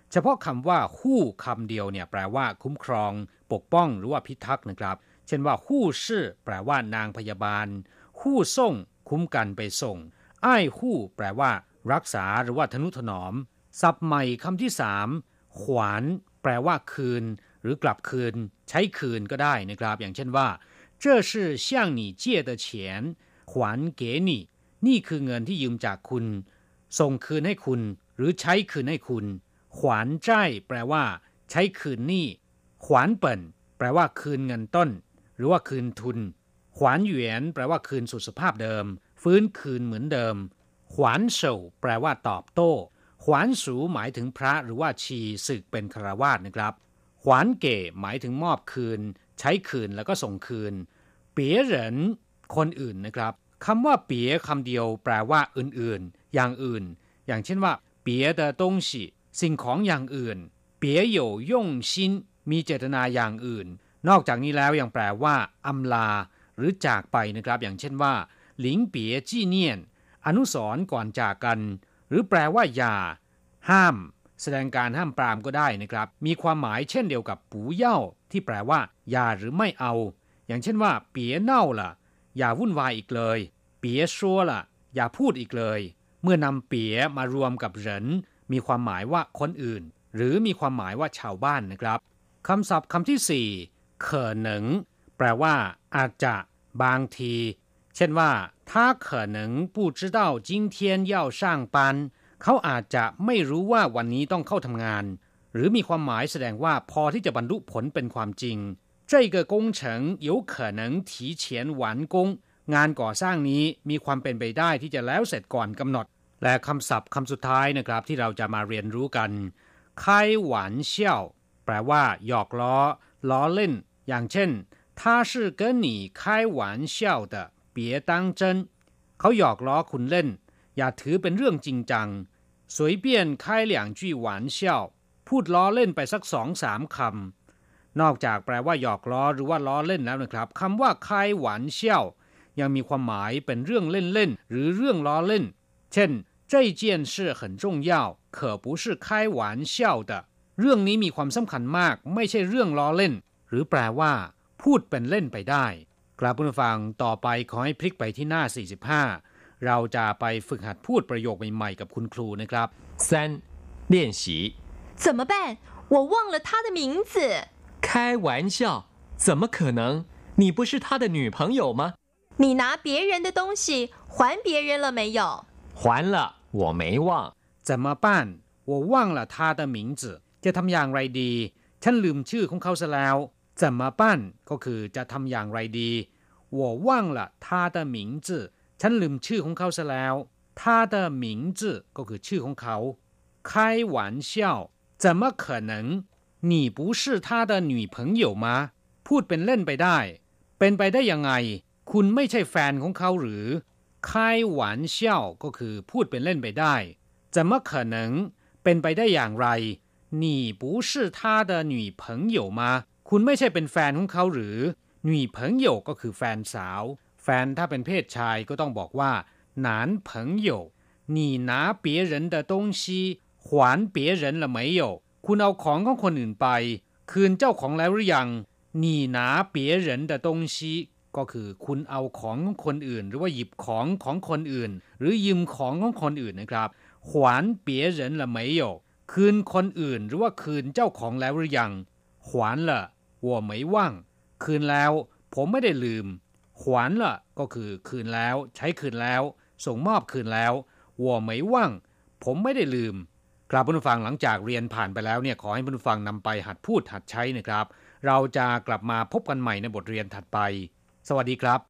เฉพาะคำว่าฮู้คำเดียวเนี่ยแปลว่าคุ้มครองปกป้องหรือว่าพิทักษ์นะครับเช่นว่าฮู้ซื่อแปลว่านางพยาบาลฮู้ส่งคุ้มกันไปส่งอ้ายฮู้แปลว่ารักษาหรือว่าทนุถนอมศัพท์ใหม่คำที่สามขวานแปลว่าคืนหรือกลับคืนใช้คืนก็ได้นะครับอย่างเช่นว่า这是向你借的钱还给你นี่คือเงินที่ยืมจากคุณส่งคืนให้คุณหรือใช้คืนให้คุณขวานใจแปลว่าใช้คืนหนี้ขวานเปิ่นแปลว่าคืนเงินต้นหรือว่าคืนทุนขวานเหวียนแปลว่าคืนสู่สภาพเดิมฟื้นคืนเหมือนเดิมขวานเฉาแปลว่าตอบโต้ขวานสูหมายถึงพระหรือว่าชีศึกเป็นฆราวาสนะครับขวานเก๋หมายถึงมอบคืนใช้คืนแล้วก็ส่งคืนเปี๋ยเหรินคนอื่นนะครับคำว่าเปี๋ยคำเดียวแปลว่าอื่นๆอย่างอื่นอย่างเช่นว่าเปี๋ย的东西สิ่งของอย่างอื่นเปี๋ย有用心มีเจตนาอย่างอื่นนอกจากนี้แล้วยังแปลว่าอำลาหรือจากไปนะครับอย่างเช่นว่าหลิงเปี๋ยจี้เนียนอนุสรณ์ก่อนจากกันหรือแปลว่าอย่าห้ามแสดงการห้ามปรามก็ได้นะครับมีความหมายเช่นเดียวกับปูเย่าที่แปลว่าอย่าหรือไม่เอาอย่างเช่นว่าเปี๋ยเน่าล่ะอย่าวุ่นวายอีกเลยเปี๋ยชัวล่ะอย่าพูดอีกเลยเมื่อนำเปี๋ยมารวมกับเหรินมีความหมายว่าคนอื่นหรือมีความหมายว่าชาวบ้านนะครับคำศัพท์คำที่สี่เข่อเหนิงแปลว่าอาจจะบางทีเช่นว่า他可能不知道今天要上班เขาอาจจะไม่รู้ว่าวันนี้ต้องเข้าทำงานหรือมีความหมายแสดงว่าพอที่จะบรรลุผลเป็นความจริง这个工程有可能提前完工งานก่อสร้างนี้มีความเป็นไปได้ที่จะแล้วเสร็จก่อนกำหนดและคำศัพท์คำสุดท้ายนะครับที่เราจะมาเรียนรู้กัน开玩笑แปลว่าหยอกล้อล้อเล่นอย่างเช่น他是跟你开玩笑的别当真เขาหยอกล้อคุณเล่นอย่าถือเป็นเรื่องจริงจัง随便开两句玩笑พูดล้อเล่นไปสัก สองสาม คำนอกจากแปลว่าหยอกล้อหรือว่าล้อเล่นแล้วนะครับคำว่า开玩笑ยังมีความหมายเป็นเรื่องเล่นๆหรือเรื่องล้อเล่นเช่น这件事很重要可不是开玩笑的เรื่องนี้มีความสำคัญมากไม่ใช่เรื่องล้อเล่นหรือแปลว่าพูดเป็นเล่นไปได้กราบผู้ฟังต่อไปขอให้พลิกไปที่หน้าสี่สิบห้าเราจะไปฝึกหัดพูดประโยคใหม่ๆกับคุณครูนะครับ三练习怎么办我忘了他的名字开玩笑怎么可能你不是他的女朋友吗你拿别人的东西还别人了没有还了我没忘怎么办我忘了他的名字จะทำอย่างไรดีฉันลืมชื่อของเขาซะแล้ว怎么办ก็คือจะทำอย่างไรดี我忘了他的名字ฉันลืมชื่อของเขาซะแล้ว他的名字ก็คือชื่อของเขา开玩笑怎么可能你不是他的女朋友吗พูดเป็นเล่นไปได้เป็นไปได้ยังไงคุณไม่ใช่แฟนของเขาหรือ开玩笑ก็คือพูดเป็นเล่นไปได้怎么可能เป็นไปได้อย่างไร你不是他的女朋友吗คุณไม่ใช่เป็นแฟนของเขาหรือ女朋友ก็คือแฟนสาวแฟนถ้าเป็นเพศชายก็ต้องบอกว่า男朋友你拿别人的东西还别人了没有คุณเอาของของคนอื่นไปคืนเจ้าของแล้วหรือยัง你拿别人的东西ก็คือคุณเอาของของคนอื่นหรือว่าหยิบของของคนอื่นหรือยืมของของคนอื่นนะครับ还别人了没有คืนคนอื่นหรือว่าคืนเจ้าของแล้วหรือยัง还了我没忘คืนแล้วผมไม่ได้ลืม还了ก็คือคืนแล้วใช้คืนแล้วส่งมอบคืนแล้ว我没忘ผมไม่ได้ลืมครับผู้ฟังหลังจากเรียนผ่านไปแล้วเนี่ยขอให้ผู้ฟังนำไปหัดพูดหัดใช้นะครับเราจะกลับมาพบกันใหม่ในบทเรียนถัดไปสวัสดีครับ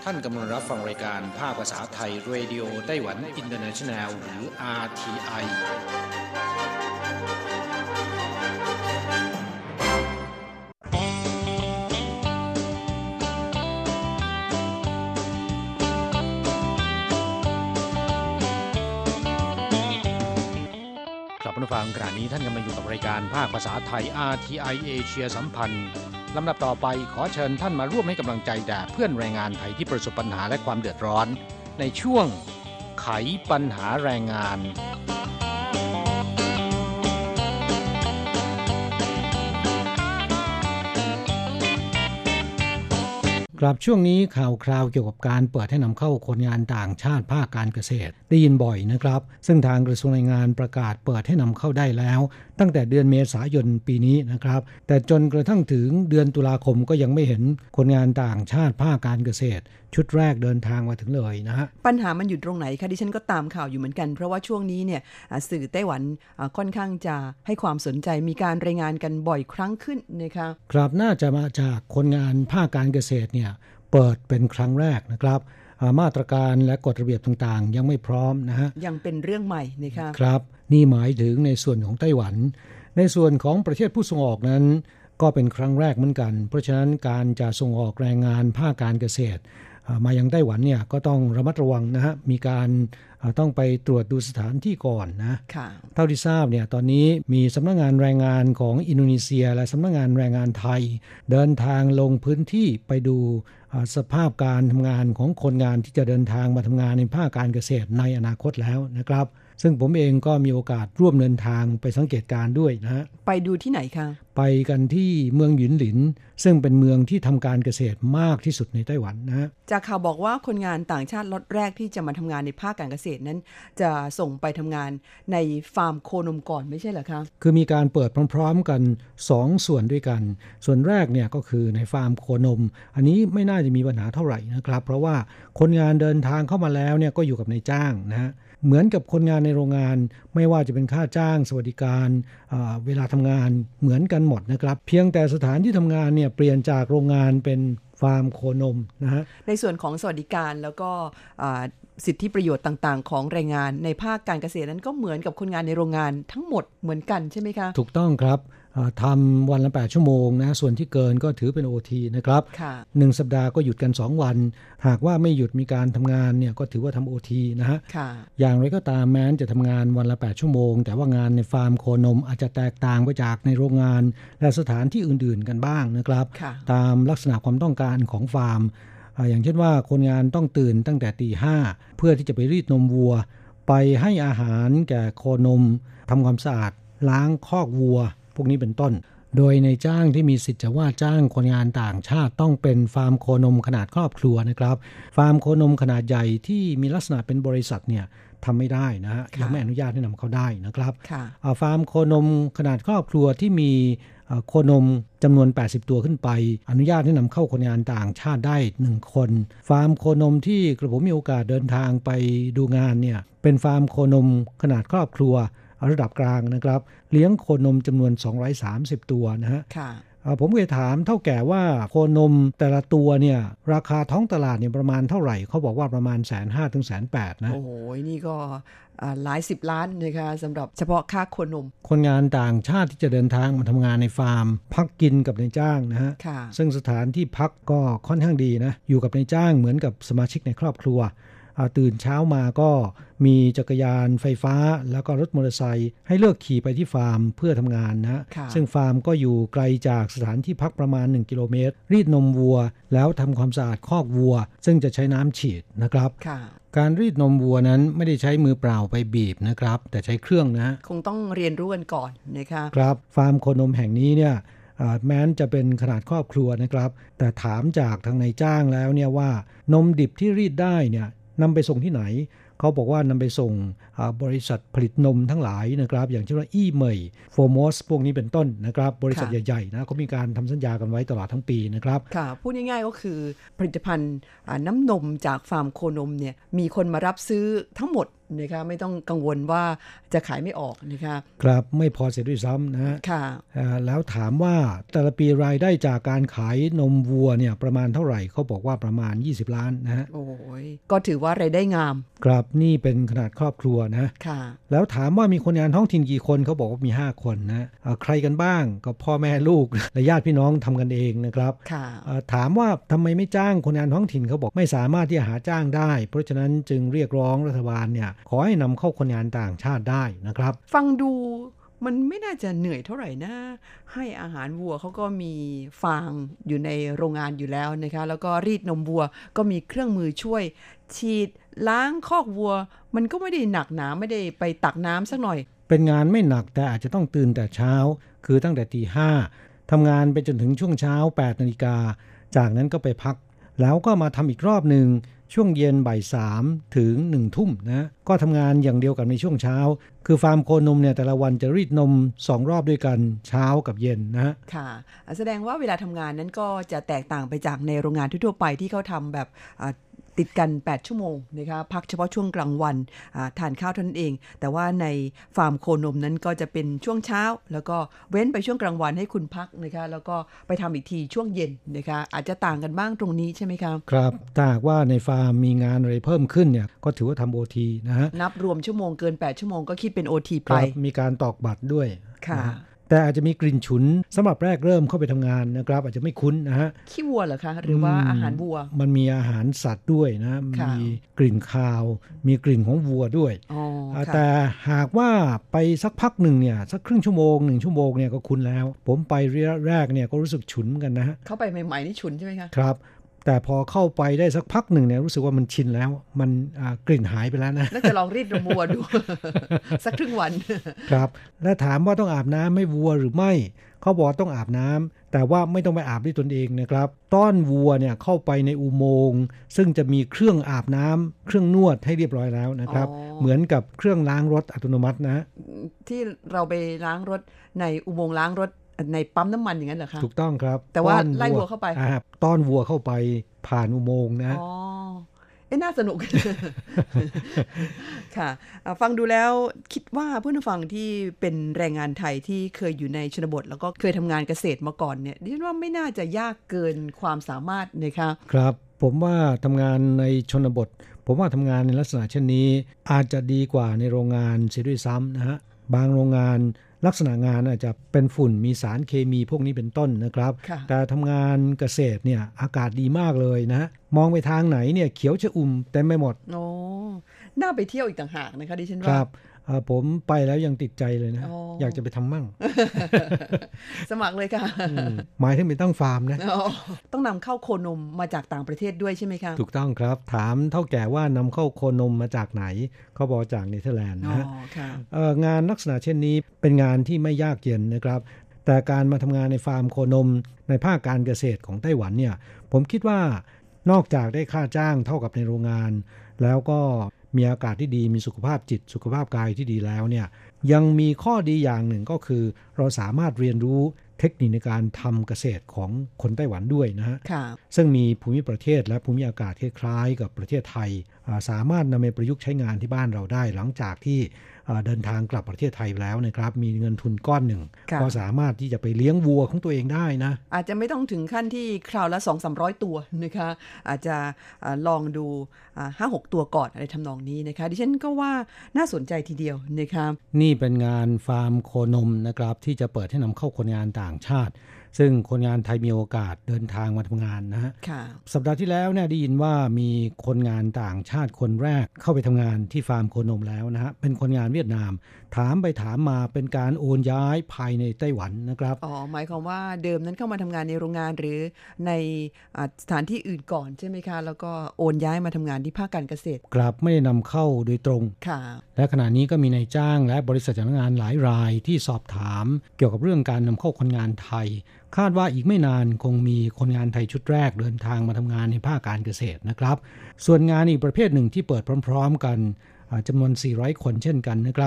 านกำลังรับฟังรายการภาคภาษาไทยเรดิโอไต้หวันอินเตอร์เนชั่นแนลหรือ อาร์ ที ไอ กลับมาฟังขณะนี้ท่านกำลังอยู่กับรายการภาคภาษาไทย อาร์ ที ไอ เอเชียสัมพันธ์ลำดับต่อไปขอเชิญท่านมาร่วมให้กำลังใจแด่เพื่อนแรงงานไทยที่ประสบปัญหาและความเดือดร้อนในช่วงไขปัญหาแรงงานครับช่วงนี้ข่าวคราวเกี่ยวกับการเปิดให้นำเข้าคนงานต่างชาติภาคการเกษตรได้ยินบ่อยนะครับซึ่งทางกระทรวงแรงงานประกาศเปิดให้นำเข้าได้แล้วตั้งแต่เดือนเมษายนปีนี้นะครับแต่จนกระทั่งถึงเดือนตุลาคมก็ยังไม่เห็นคนงานต่างชาติภาคการเกษตรชุดแรกเดินทางมาถึงเลยนะฮะปัญหามันอยู่ตรงไหนคะดิฉันก็ตามข่าวอยู่เหมือนกันเพราะว่าช่วงนี้เนี่ยสื่อไต้หวันค่อนข้างจะให้ความสนใจมีการรายงานกันบ่อยครั้งขึ้นนะคะครับน่าจะมาจากคนงานภาคการเกษตรเนี่ยเปิดเป็นครั้งแรกนะครับมาตรการและกฎระเบียบต่างๆยังไม่พร้อมนะฮะยังเป็นเรื่องใหม่นะคะครับนี่หมายถึงในส่วนของไต้หวันในส่วนของประเทศผู้ส่งออกนั้นก็เป็นครั้งแรกเหมือนกันเพราะฉะนั้นการจะส่งออกแรงงานภาคการเกษตรมายังไต้หวันเนี่ยก็ต้องระมัดระวังนะฮะมีการต้องไปตรวจดูสถานที่ก่อนนะเท่าที่ทราบเนี่ยตอนนี้มีสำนักงานแรงงานของอินโดนีเซียและสำนักงานแรงงานไทยเดินทางลงพื้นที่ไปดูสภาพการทำงานของคนงานที่จะเดินทางมาทำงานในภาคการเกษตรในอนาคตแล้วนะครับซึ่งผมเองก็มีโอกาสร่วมเดินทางไปสังเกตการณ์ด้วยนะฮะไปดูที่ไหนคะไปกันที่เมืองหยินหลินซึ่งเป็นเมืองที่ทำการเกษตรมากที่สุดในไต้หวันนะฮะจากข่าวบอกว่าคนงานต่างชาติล็อตแรกที่จะมาทำงานในภาคการเกษตรนั้นจะส่งไปทำงานในฟาร์มโคนมก่อนไม่ใช่เหรอคะคือมีการเปิดพร้อมๆกันสองส่วนด้วยกันส่วนแรกเนี่ยก็คือในฟาร์มโคนมอันนี้ไม่น่าจะมีปัญหาเท่าไหร่นะครับเพราะว่าคนงานเดินทางเข้ามาแล้วเนี่ยก็อยู่กับนายจ้างนะฮะเหมือนกับคนงานในโรงงานไม่ว่าจะเป็นค่าจ้างสวัสดิการเวลาทำงานเหมือนกันหมดนะครับเพียงแต่สถานที่ทำงานเนี่ยเปลี่ยนจากโรงงานเป็นฟาร์มโคนมนะฮะในส่วนของสวัสดิการแล้วก็สิทธิประโยชน์ต่างๆของแรงงานในภาคการเกษตรนั้นก็เหมือนกับคนงานในโรงงานทั้งหมดเหมือนกันใช่ไหมคะถูกต้องครับทำวันละแปดชั่วโมงนะส่วนที่เกินก็ถือเป็น โอ ที นะครับหนึ่งสัปดาห์ก็หยุดกันสองวันหากว่าไม่หยุดมีการทำงานเนี่ยก็ถือว่าทำ โอ ที นะฮะอย่างไรก็ตามแม้จะทำงานวันละแปดชั่วโมงแต่ว่างานในฟาร์มโคนมอาจจะแตกต่างไปจากในโรงงานและสถานที่อื่นๆกันบ้างนะครับตามลักษณะความต้องการของฟาร์มอย่างเช่นว่าคนงานต้องตื่นตั้งแต่ตีห้าเพื่อที่จะไปรีดนมวัวไปให้อาหารแก่โคนมทำความสะอาดล้างคอกวัวพวกนี้เป็นต้นโดยในจ้างที่มีสิทธิ์จะว่าจ้างคนงานต่างชาติต้องเป็นฟาร์มโคนมขนาดครอบครัวนะครับฟาร์มโคนมขนาดใหญ่ที่มีลักษณะเป็นบริษัทเนี่ยทำไม่ได้นะฮะยังไม่อนุญาตให้นำเข้าได้นะครับฟาร์มโคนมขนาดครอบครัวที่มีโคนมจำนวนแปดสิบตัวขึ้นไปอนุญาตให้นำเข้าคนงานต่างชาติได้หนึ่งคนฟาร์มโคนมที่กระผมมีโอกาสเดินทางไปดูงานเนี่ยเป็นฟาร์มโคนมขนาดครอบครัวระดับกลางนะครับเลี้ยงโคนมจำนวนสองร้อยสามสิบตัวนะฮะผมเคยถามเท่าแก่ว่าโคนมแต่ละตัวเนี่ยราคาท้องตลาดเนี่ยประมาณเท่าไหร่เขาบอกว่าประมาณแสนห้าถึงแสนแปดนะโอ้โหนี่ก็หลายสิบล้านนะคะสำหรับเฉพาะค่าโคนมคนงานต่างชาติที่จะเดินทางมาทำงานในฟาร์มพักกินกับนายจ้างนะฮะซึ่งสถานที่พักก็ค่อนข้างดีนะอยู่กับนายจ้างเหมือนกับสมาชิกในครอบครัวตื่นเช้ามาก็มีจักรยานไฟฟ้าแล้วก็รถมอเตอร์ไซค์ให้เลือกขี่ไปที่ฟาร์มเพื่อทำงานนะซึ่งฟาร์มก็อยู่ไกลจากสถานที่พักประมาณหนึ่งกิโลเมตรรีดนมวัวแล้วทำความสะอาดคอกวัวซึ่งจะใช้น้ำฉีดนะครับการรีดนมวัวนั้นไม่ได้ใช้มือเปล่าไปบีบนะครับแต่ใช้เครื่องนะคงต้องเรียนรู้กันก่อนนะคะครับฟาร์มโคนมแห่งนี้เนี่ยแม้นจะเป็นขนาดครอบครัวนะครับแต่ถามจากทางนายจ้างแล้วเนี่ยว่านมดิบที่รีดได้เนี่ยนำไปส่งที่ไหนเขาบอกว่านำไปส่งบริษัทผลิตนมทั้งหลายนะครับอย่างเช่นว่าอี้เหมยโฟร์มอสพวกนี้เป็นต้นนะครับบริษัทใหญ่ๆนะเขามีการทำสัญญากันไว้ตลอดทั้งปีนะครับค่ะพูดง่ายๆก็คือผลิตภัณฑ์น้ำนมจากฟาร์มโคนมเนี่ยมีคนมารับซื้อทั้งหมดนะคะไม่ต้องกังวลว่าจะขายไม่ออกนะคะครับไม่พอเสียด้วยซ้ำนะฮะค่ะแล้วถามว่าแต่ละปีรายได้จากการขายนมวัวเนี่ยประมาณเท่าไหร่เขาบอกว่าประมาณยี่สิบล้านนะฮะโอ้ยก็ถือว่ารายได้งามครับนี่เป็นขนาดครอบครัวนะค่ะแล้วถามว่ามีคนงานท้องถิ่นกี่คนเขาบอกว่ามีห้าคนนะใครกันบ้างก็พ่อแม่ลูกและญาติพี่น้องทำกันเองนะครับค่ะถามว่าทำไมไม่จ้างคนงานท้องถิ่นเขาบอกไม่สามารถที่จะหาจ้างได้เพราะฉะนั้นจึงเรียกร้องรัฐบาลเนี่ยขอให้นำเข้าคนงานต่างชาติได้นะครับฟังดูมันไม่น่าจะเหนื่อยเท่าไหร่นะให้อาหารวัวเขาก็มีฟางอยู่ในโรงงานอยู่แล้วนะคะแล้วก็รีดนมวัวก็มีเครื่องมือช่วยฉีดล้างคอกวัวมันก็ไม่ได้หนักหนาไม่ได้ไปตักน้ำสักหน่อยเป็นงานไม่หนักแต่อาจจะต้องตื่นแต่เช้าคือตั้งแต่ตีห้าทำงานไปจนถึงช่วงเช้าแปดนาฬิกาจากนั้นก็ไปพักแล้วก็มาทำอีกรอบหนึ่งช่วงเย็นบ่ายสามถึงหนึ่งทุ่มนะก็ทำงานอย่างเดียวกันในช่วงเช้าคือฟาร์มโคนมเนี่ยแต่ละวันจะรีดนมสองรอบด้วยกันเช้ากับเย็นนะค่ะแสดงว่าเวลาทำงานนั้นก็จะแตกต่างไปจากในโรงงานทั่วไปที่เขาทำแบบติดกันแปดชั่วโมงนะคะพักเฉพาะช่วงกลางวันทานข้าวเท่านั้นเองแต่ว่าในฟาร์มโคนมนั้นก็จะเป็นช่วงเช้าแล้วก็เว้นไปช่วงกลางวันให้คุณพักนะคะแล้วก็ไปทำอีกทีช่วงเย็นนะคะอาจจะต่างกันบ้างตรงนี้ใช่ไหมครับครับถ้าหากว่าในฟาร์มมีงานอะไรเพิ่มขึ้นเนี่ยก็ถือว่าทำ โอ ที นะฮะนับรวมชั่วโมงเกินแปดชั่วโมงก็คิดเป็น โอ ที ไปมีการตอกบัตรด้วยค่ะแต่อาจจะมีกลิ่นฉุนสำหรับแรกเริ่มเข้าไปทำงานนะครับอาจจะไม่คุ้นนะฮะขี้วัวเหรอคะหรือว่าอาหารวัวมันมีอาหารสัตว์ด้วยนะมีกลิ่นคาวมีกลิ่นของวัวด้วยแต่หากว่าไปสักพักหนึ่งเนี่ยสักครึ่งชั่วโมงหนึ่งชั่วโมงเนี่ยก็คุ้นแล้วผมไปแรกเนี่ยก็รู้สึกฉุนกันนะฮะเข้าไปใหม่ๆนี่ฉุนใช่ไหมคะครับแต่พอเข้าไปได้สักพักหนึ่งเนี่ยรู้สึกว่ามันชินแล้วมันกลิ่นหายไปแล้วนะน่าจะลองรีดนมวัวดู สักครึ่งวันครับและถามว่าต้องอาบน้ำให้วัวหรือไม่เขาบอกต้องอาบน้ำแต่ว่าไม่ต้องไปอาบด้วยตนเองนะครับต้อนวัวเนี่ยเข้าไปในอุโมงค์ซึ่งจะมีเครื่องอาบน้ำเครื่องนวดให้เรียบร้อยแล้วนะครับเหมือนกับเครื่องล้างรถอัตโนมัตินะที่เราไปล้างรถในอุโมงค์ล้างรถในปั๊มน้ำมันอย่างนั้นเหรอคะถูกต้องครับแต่ว่าไล่วัวเข้าไปต้อนวัวเข้าไปผ่านอุโมงค์นะอ๋อเอ๊ะน่าสนุก ค่ะฟังดูแล้วคิดว่าเพื่อนฟังที่เป็นแรงงานไทยที่เคยอยู่ในชนบทแล้วก็เคยทำงานเกษตรมาก่อนเนี่ยดิฉันว่าไม่น่าจะยากเกินความสามารถนะคะครับผมว่าทำงานในชนบทผมว่าทำงานในลักษณะเช่นนี้อาจจะดีกว่าในโรงงานเสียด้วยซ้ำนะฮะบางโรงงานลักษณะงานอาจจะเป็นฝุ่นมีสารเคมีพวกนี้เป็นต้นนะครับแต่ทำงานเกษตรเนี่ยอากาศดีมากเลยนะมองไปทางไหนเนี่ยเขียวชอุ่มเต็มไปหมดโอ้น่าไปเที่ยวอีกต่างหากนะคะดิฉันว่าครับผมไปแล้วยังติดใจเลยนะ อ, อยากจะไปทำมั่งสมัครเลยค่ะหมายถึงไปตั้งฟาร์มนะต้องนำเข้าโคนมมาจากต่างประเทศด้วยใช่ไหมคะถูกต้องครับถามเท่าแก่ว่านำเข้าโคนมมาจากไหนเขาบอกจากเนเธอร์แลนด์นะงานลักษณะเช่นนี้เป็นงานที่ไม่ยากเย็นนะครับแต่การมาทำงานในฟาร์มโคนมในภาคการเกษตรของไต้หวันเนี่ยผมคิดว่านอกจากได้ค่าจ้างเท่ากับในโรงงานแล้วก็มีอากาศที่ดีมีสุขภาพจิตสุขภาพกายที่ดีแล้วเนี่ยยังมีข้อดีอย่างหนึ่งก็คือเราสามารถเรียนรู้เทคนิคในการทำเกษตรของคนไต้หวันด้วยนะฮะซึ่งมีภูมิประเทศและภูมิอากาศคล้ายๆกับประเทศไทยสามารถนำไปประยุกต์ใช้งานที่บ้านเราได้หลังจากที่เดินทางกลับประเทศไทยแล้วนะครับมีเงินทุนก้อนหนึ่งก็สามารถที่จะไปเลี้ยงวัวของตัวเองได้นะอาจจะไม่ต้องถึงขั้นที่คราวละ สองถึงสามร้อย ตัวนะคะอาจจะลองดู ห้าหก ตัวก่อนอะไรทำนองนี้นะคะดิฉันก็ว่าน่าสนใจทีเดียวนะคะนี่เป็นงานฟาร์มโคนมนะครับที่จะเปิดให้นำเข้าคนงานต่างชาติซึ่งคนงานไทยมีโอกาสเดินทางมาทำงานนะฮะสัปดาห์ที่แล้วเนี่ยได้ยินว่ามีคนงานต่างชาติคนแรกเข้าไปทำงานที่ฟาร์มโคนมแล้วนะฮะเป็นคนงานเวียดนามถามไปถามมาเป็นการโอนย้ายภายในไต้หวันนะครับอ๋อหมายความว่าเดิมนั้นเข้ามาทำงานในโรงงานหรือในสถานที่อื่นก่อนใช่ไหมคะแล้วก็โอนย้ายมาทำงานที่ภาคการเกษตรกลับไม่ได้นำเข้าโดยตรงค่ะและขณะนี้ก็มีนายจ้างและบริษัทจ้างงานหลายรายที่สอบถามเกี่ยวกับเรื่องการนำเข้าคนงานไทยคาดว่าอีกไม่นานคงมีคนงานไทยชุดแรกเดินทางมาทำงานในภาคการเกษตรนะครับส่วนงานอีกประเภทหนึ่งที่เปิดพร้อมๆกันจำนวนสี่ร้อยคนเช่นกันนะครับ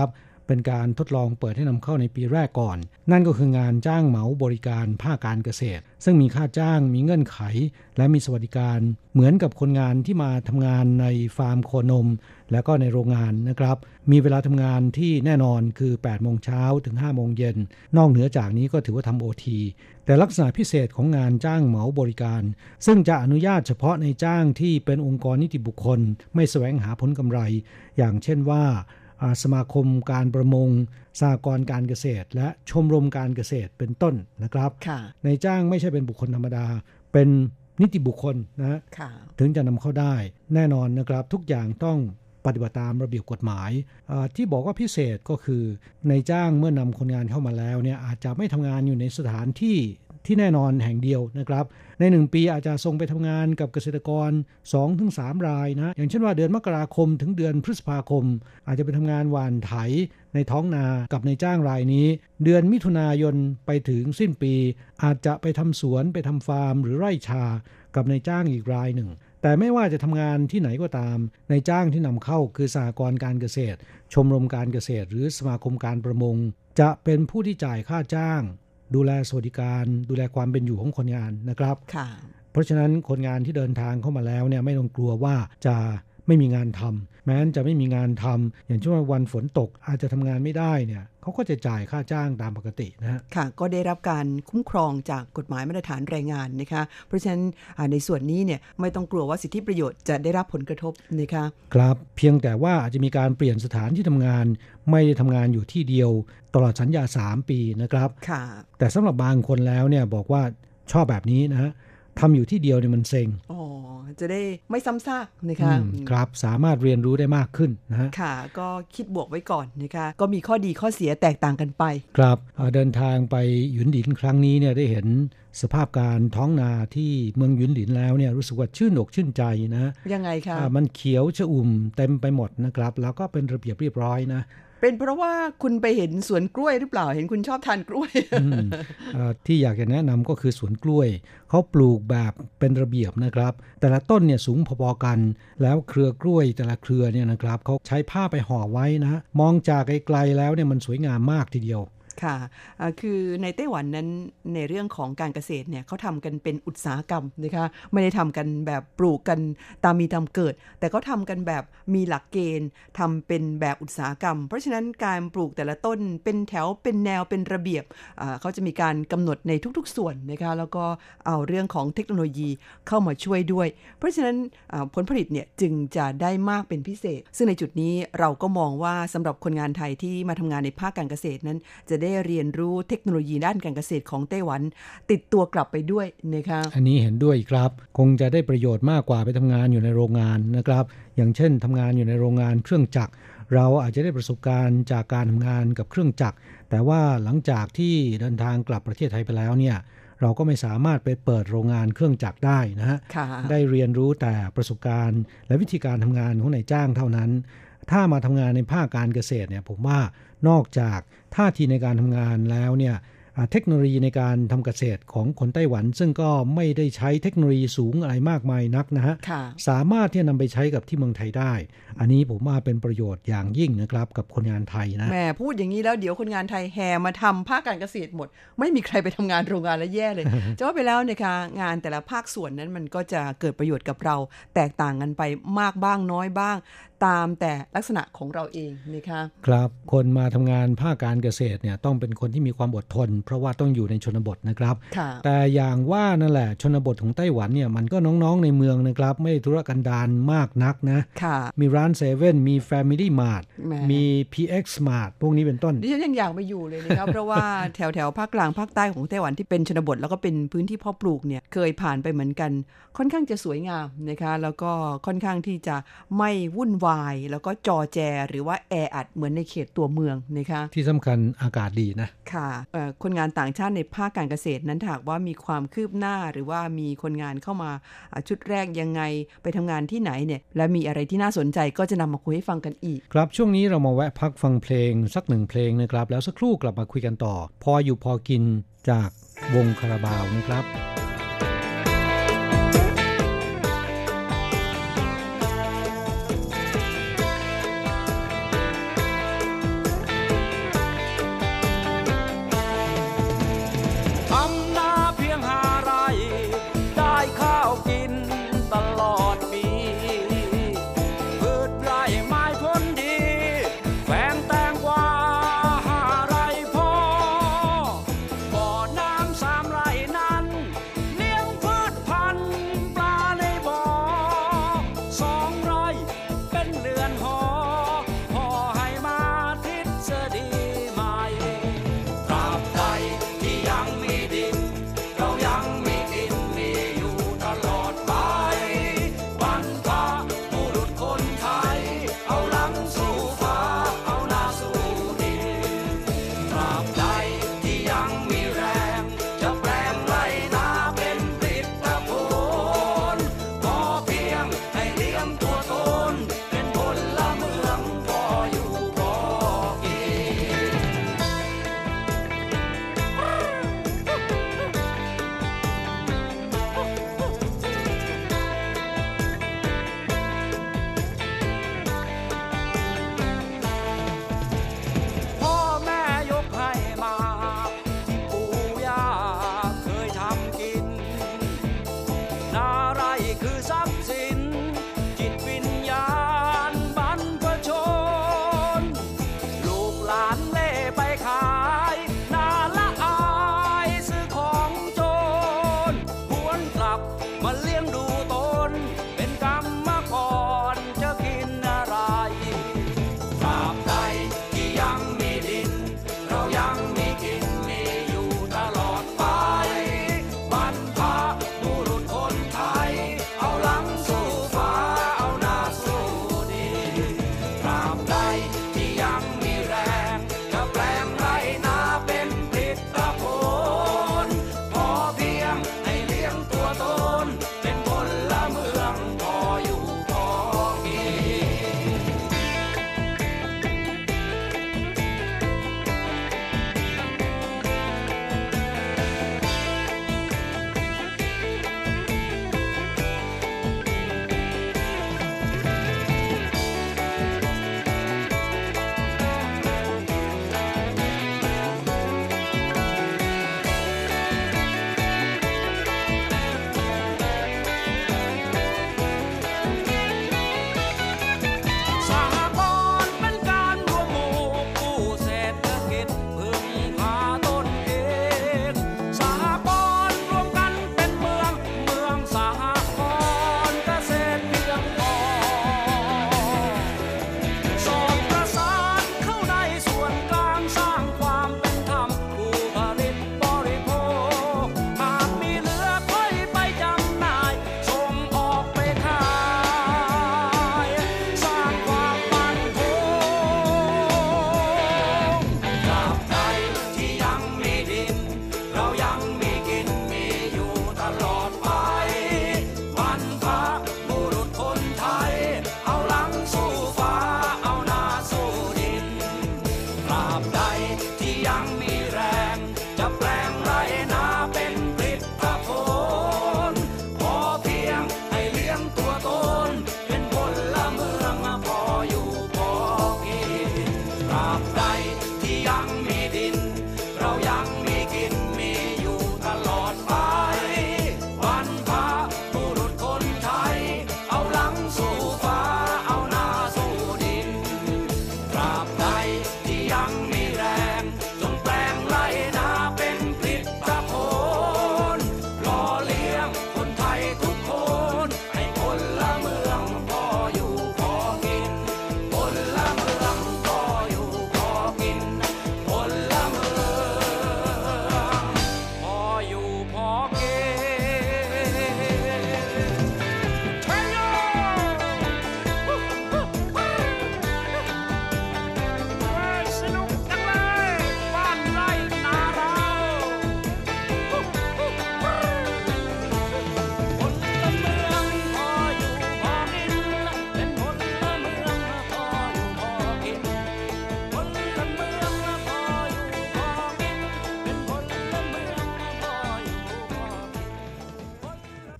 เป็นการทดลองเปิดให้นำเข้าในปีแรกก่อนนั่นก็คืองานจ้างเหมาบริการภาคการเกษตรซึ่งมีค่าจ้างมีเงื่อนไขและมีสวัสดิการเหมือนกับคนงานที่มาทำงานในฟาร์มโคนมและก็ในโรงงานนะครับมีเวลาทำงานที่แน่นอนคือแปดโมงเช้าถึงห้าโมงเย็นนอกเหนือจากนี้ก็ถือว่าทำ โอ ที แต่ลักษณะพิเศษของงานจ้างเหมาบริการซึ่งจะอนุญาตเฉพาะในจ้างที่เป็นองค์กรนิติบุคคลไม่แสวงหาผลกำไรอย่างเช่นว่าสมาคมการประมงสหกรณ์การเกษตรและชมรมการเกษตรเป็นต้นนะครับในจ้างไม่ใช่เป็นบุคคลธรรมดาเป็นนิติบุคคลนะถึงจะนำเข้าได้แน่นอนนะครับทุกอย่างต้องปฏิบัติตามระเบียบกฎหมายที่บอกว่าพิเศษก็คือในจ้างเมื่อนำคนงานเข้ามาแล้วเนี่ยอาจจะไม่ทำงานอยู่ในสถานที่ที่แน่นอนแห่งเดียวนะครับในหนึ่งปีอาจจะส่งไปทำงานกับเกษตรกร สองถึงสาม รายนะอย่างเช่นว่าเดือนมกราคมถึงเดือนพฤษภาคมอาจจะไปทำงานหว่านไถในท้องนากับในจ้างรายนี้เดือนมิถุนายนไปถึงสิ้นปีอาจจะไปทำสวนไปทำฟาร์มหรือไร่ชากับในจ้างอีกรายหนึ่งแต่ไม่ว่าจะทำงานที่ไหนก็ตามในจ้างที่นำเข้าคือสหกรณ์การเกษตรชมรมการเกษตรหรือสมาคมการประมงจะเป็นผู้ที่จ่ายค่าจ้างดูแลสวัสดิการดูแลความเป็นอยู่ของคนงานนะครับเพราะฉะนั้นคนงานที่เดินทางเข้ามาแล้วเนี่ยไม่ต้องกลัวว่าจะไม่มีงานทำแม้นจะไม่มีงานทำอย่างเช่นว่าวันฝนตกอาจจะทำงานไม่ได้เนี่ยเขาก็จะจ่ายค่าจ้างตามปกตินะฮะค่ะก็ได้รับการคุ้มครองจากกฎหมายมาตรฐานแรงงานนะคะเพราะฉะนั้นในส่วนนี้เนี่ยไม่ต้องกลัวว่าสิทธิประโยชน์จะได้รับผลกระทบนะคะครับเพียงแต่ว่าอาจจะมีการเปลี่ยนสถานที่ทำงานไม่ได้ทำงานอยู่ที่เดียวตลอดสัญญาสามปีนะครับค่ะแต่สำหรับบางคนแล้วเนี่ยบอกว่าชอบแบบนี้นะฮะทำอยู่ที่เดียวเนี่ยมันเซ็งอ๋อจะได้ไม่ซ้ำซากนะคะครับสามารถเรียนรู้ได้มากขึ้นนะฮะค่ะก็คิดบวกไว้ก่อนนะคะก็มีข้อดีข้อเสียแตกต่างกันไปครับเดินทางไปหยุนหลินครั้งนี้เนี่ยได้เห็นสภาพการท้องนาที่เมืองหยุนหลินแล้วเนี่ยรู้สึกว่าชื่นอกชื่นใจนะยังไงคะมันเขียวชอุ่มเต็มไปหมดนะครับแล้วก็เป็นระเบียบเรียบร้อยนะเป็นเพราะว่าคุณไปเห็นสวนกล้วยหรือเปล่าเห็นคุณชอบทานกล้วยที่อยากจะแนะนำก็คือสวนกล้วยเขาปลูกแบบเป็นระเบียบนะครับแต่ละต้นเนี่ยสูงพอๆกันแล้วเครือกล้วยแต่ละเครือเนี่ยนะครับเขาใช้ผ้าไปห่อไว้นะมองจากไกลๆแล้วเนี่ยมันสวยงามมากทีเดียวค่ะคือในไต้หวันนั้นในเรื่องของการเกษตรเนี่ยเขาทำกันเป็นอุตสาหกรรมนะคะไม่ได้ทำกันแบบปลูกกันตามมีตามเกิดแต่ก็ทำกันแบบมีหลักเกณฑ์ทำเป็นแบบอุตสาหกรรมเพราะฉะนั้นการปลูกแต่ละต้นเป็นแถวเป็นแนวเป็นระเบียบเขาจะมีการกำหนดในทุกๆส่วนนะคะแล้วก็เอาเรื่องของเทคโนโลยีเข้ามาช่วยด้วยเพราะฉะนั้นผลผลิตเนี่ยจึงจะได้มากเป็นพิเศษซึ่งในจุดนี้เราก็มองว่าสำหรับคนงานไทยที่มาทำงานในภาคการเกษตรนั้นจะได้เรียนรู้เทคโนโลยีด้านการเกษตรของไต้หวันติดตัวกลับไปด้วยนะคะอันนี้เห็นด้วยครับคงจะได้ประโยชน์มากกว่าไปทำงานอยู่ในโรงงานนะครับอย่างเช่นทำงานอยู่ในโรงงานเครื่องจักรเราอาจจะได้ประสบการณ์จากการทำงานกับเครื่องจักรแต่ว่าหลังจากที่เดินทางกลับประเทศไทยไปแล้วเนี่ยเราก็ไม่สามารถไปเปิดโรงงานเครื่องจักรได้นะฮะได้เรียนรู้แต่ประสบการณ์และวิธีการทำงานของนายจ้างเท่านั้นถ้ามาทำงานในภาคการเกษตรเนี่ยผมว่านอกจากท่าทีในการทำงานแล้วเนี่ยเทคโนโลยีในการทำเกษตรของคนไต้หวันซึ่งก็ไม่ได้ใช้เทคโนโลยีสูงอะไรมากมายนักนะฮะสามารถที่จะนำไปใช้กับที่เมืองไทยได้อันนี้ผมว่าเป็นประโยชน์อย่างยิ่งนะครับกับคนงานไทยนะแหมพูดอย่างนี้แล้วเดี๋ยวคนงานไทยแห่มาทำภาคการเกษตรหมดไม่มีใครไปทำงานโรงงานแล้วแย่เลย จะว่าไปแล้วนะคะงานแต่ละภาคส่วนนั้นมันก็จะเกิดประโยชน์กับเราแตกต่างกันไปมากบ้างน้อยบ้างตามแต่ลักษณะของเราเองนะคะครับคนมาทำงานภาคการเกษตรเนี่ยต้องเป็นคนที่มีความอดทนเพราะว่าต้องอยู่ในชนบทนะครับแต่อย่างว่านั่นแหละชนบทของไต้หวันเนี่ยมันก็น้องๆในเมืองนะครับไม่ธุรกันดารมากนักนะมีร้านเซเว่นมี Family Mart มี พี เอ็กซ์ Mart พวกนี้เป็นต้นดิฉันยังอยากไปอยู่เลยนะครับ เพราะว่าแถวแถวภาคกลางภาคใต้ของไต้หวันที่เป็นชนบทแล้วก็เป็นพื้นที่เพาะปลูกเนี่ยเคยผ่านไปเหมือนกันค่อนข้างจะสวยงามนะคะแล้วก็ค่อนข้างที่จะไม่วุ่นวายแล้วก็จอแจหรือว่าแออัดเหมือนในเขตตัวเมืองนะคะที่สำคัญอากาศดีนะค่ะคนงานต่างชาติในภาคการเกษตรนั้นหากว่ามีความคืบหน้าหรือว่ามีคนงานเข้ามาชุดแรกยังไงไปทำงานที่ไหนเนี่ยและมีอะไรที่น่าสนใจก็จะนำมาคุยให้ฟังกันอีกครับช่วงนี้เรามาแวะพักฟังเพลงสักหนึ่งเพลงนะครับแล้วสักครู่กลับมาคุยกันต่อพออยู่พอกินจากวงคาราบาวนะครับ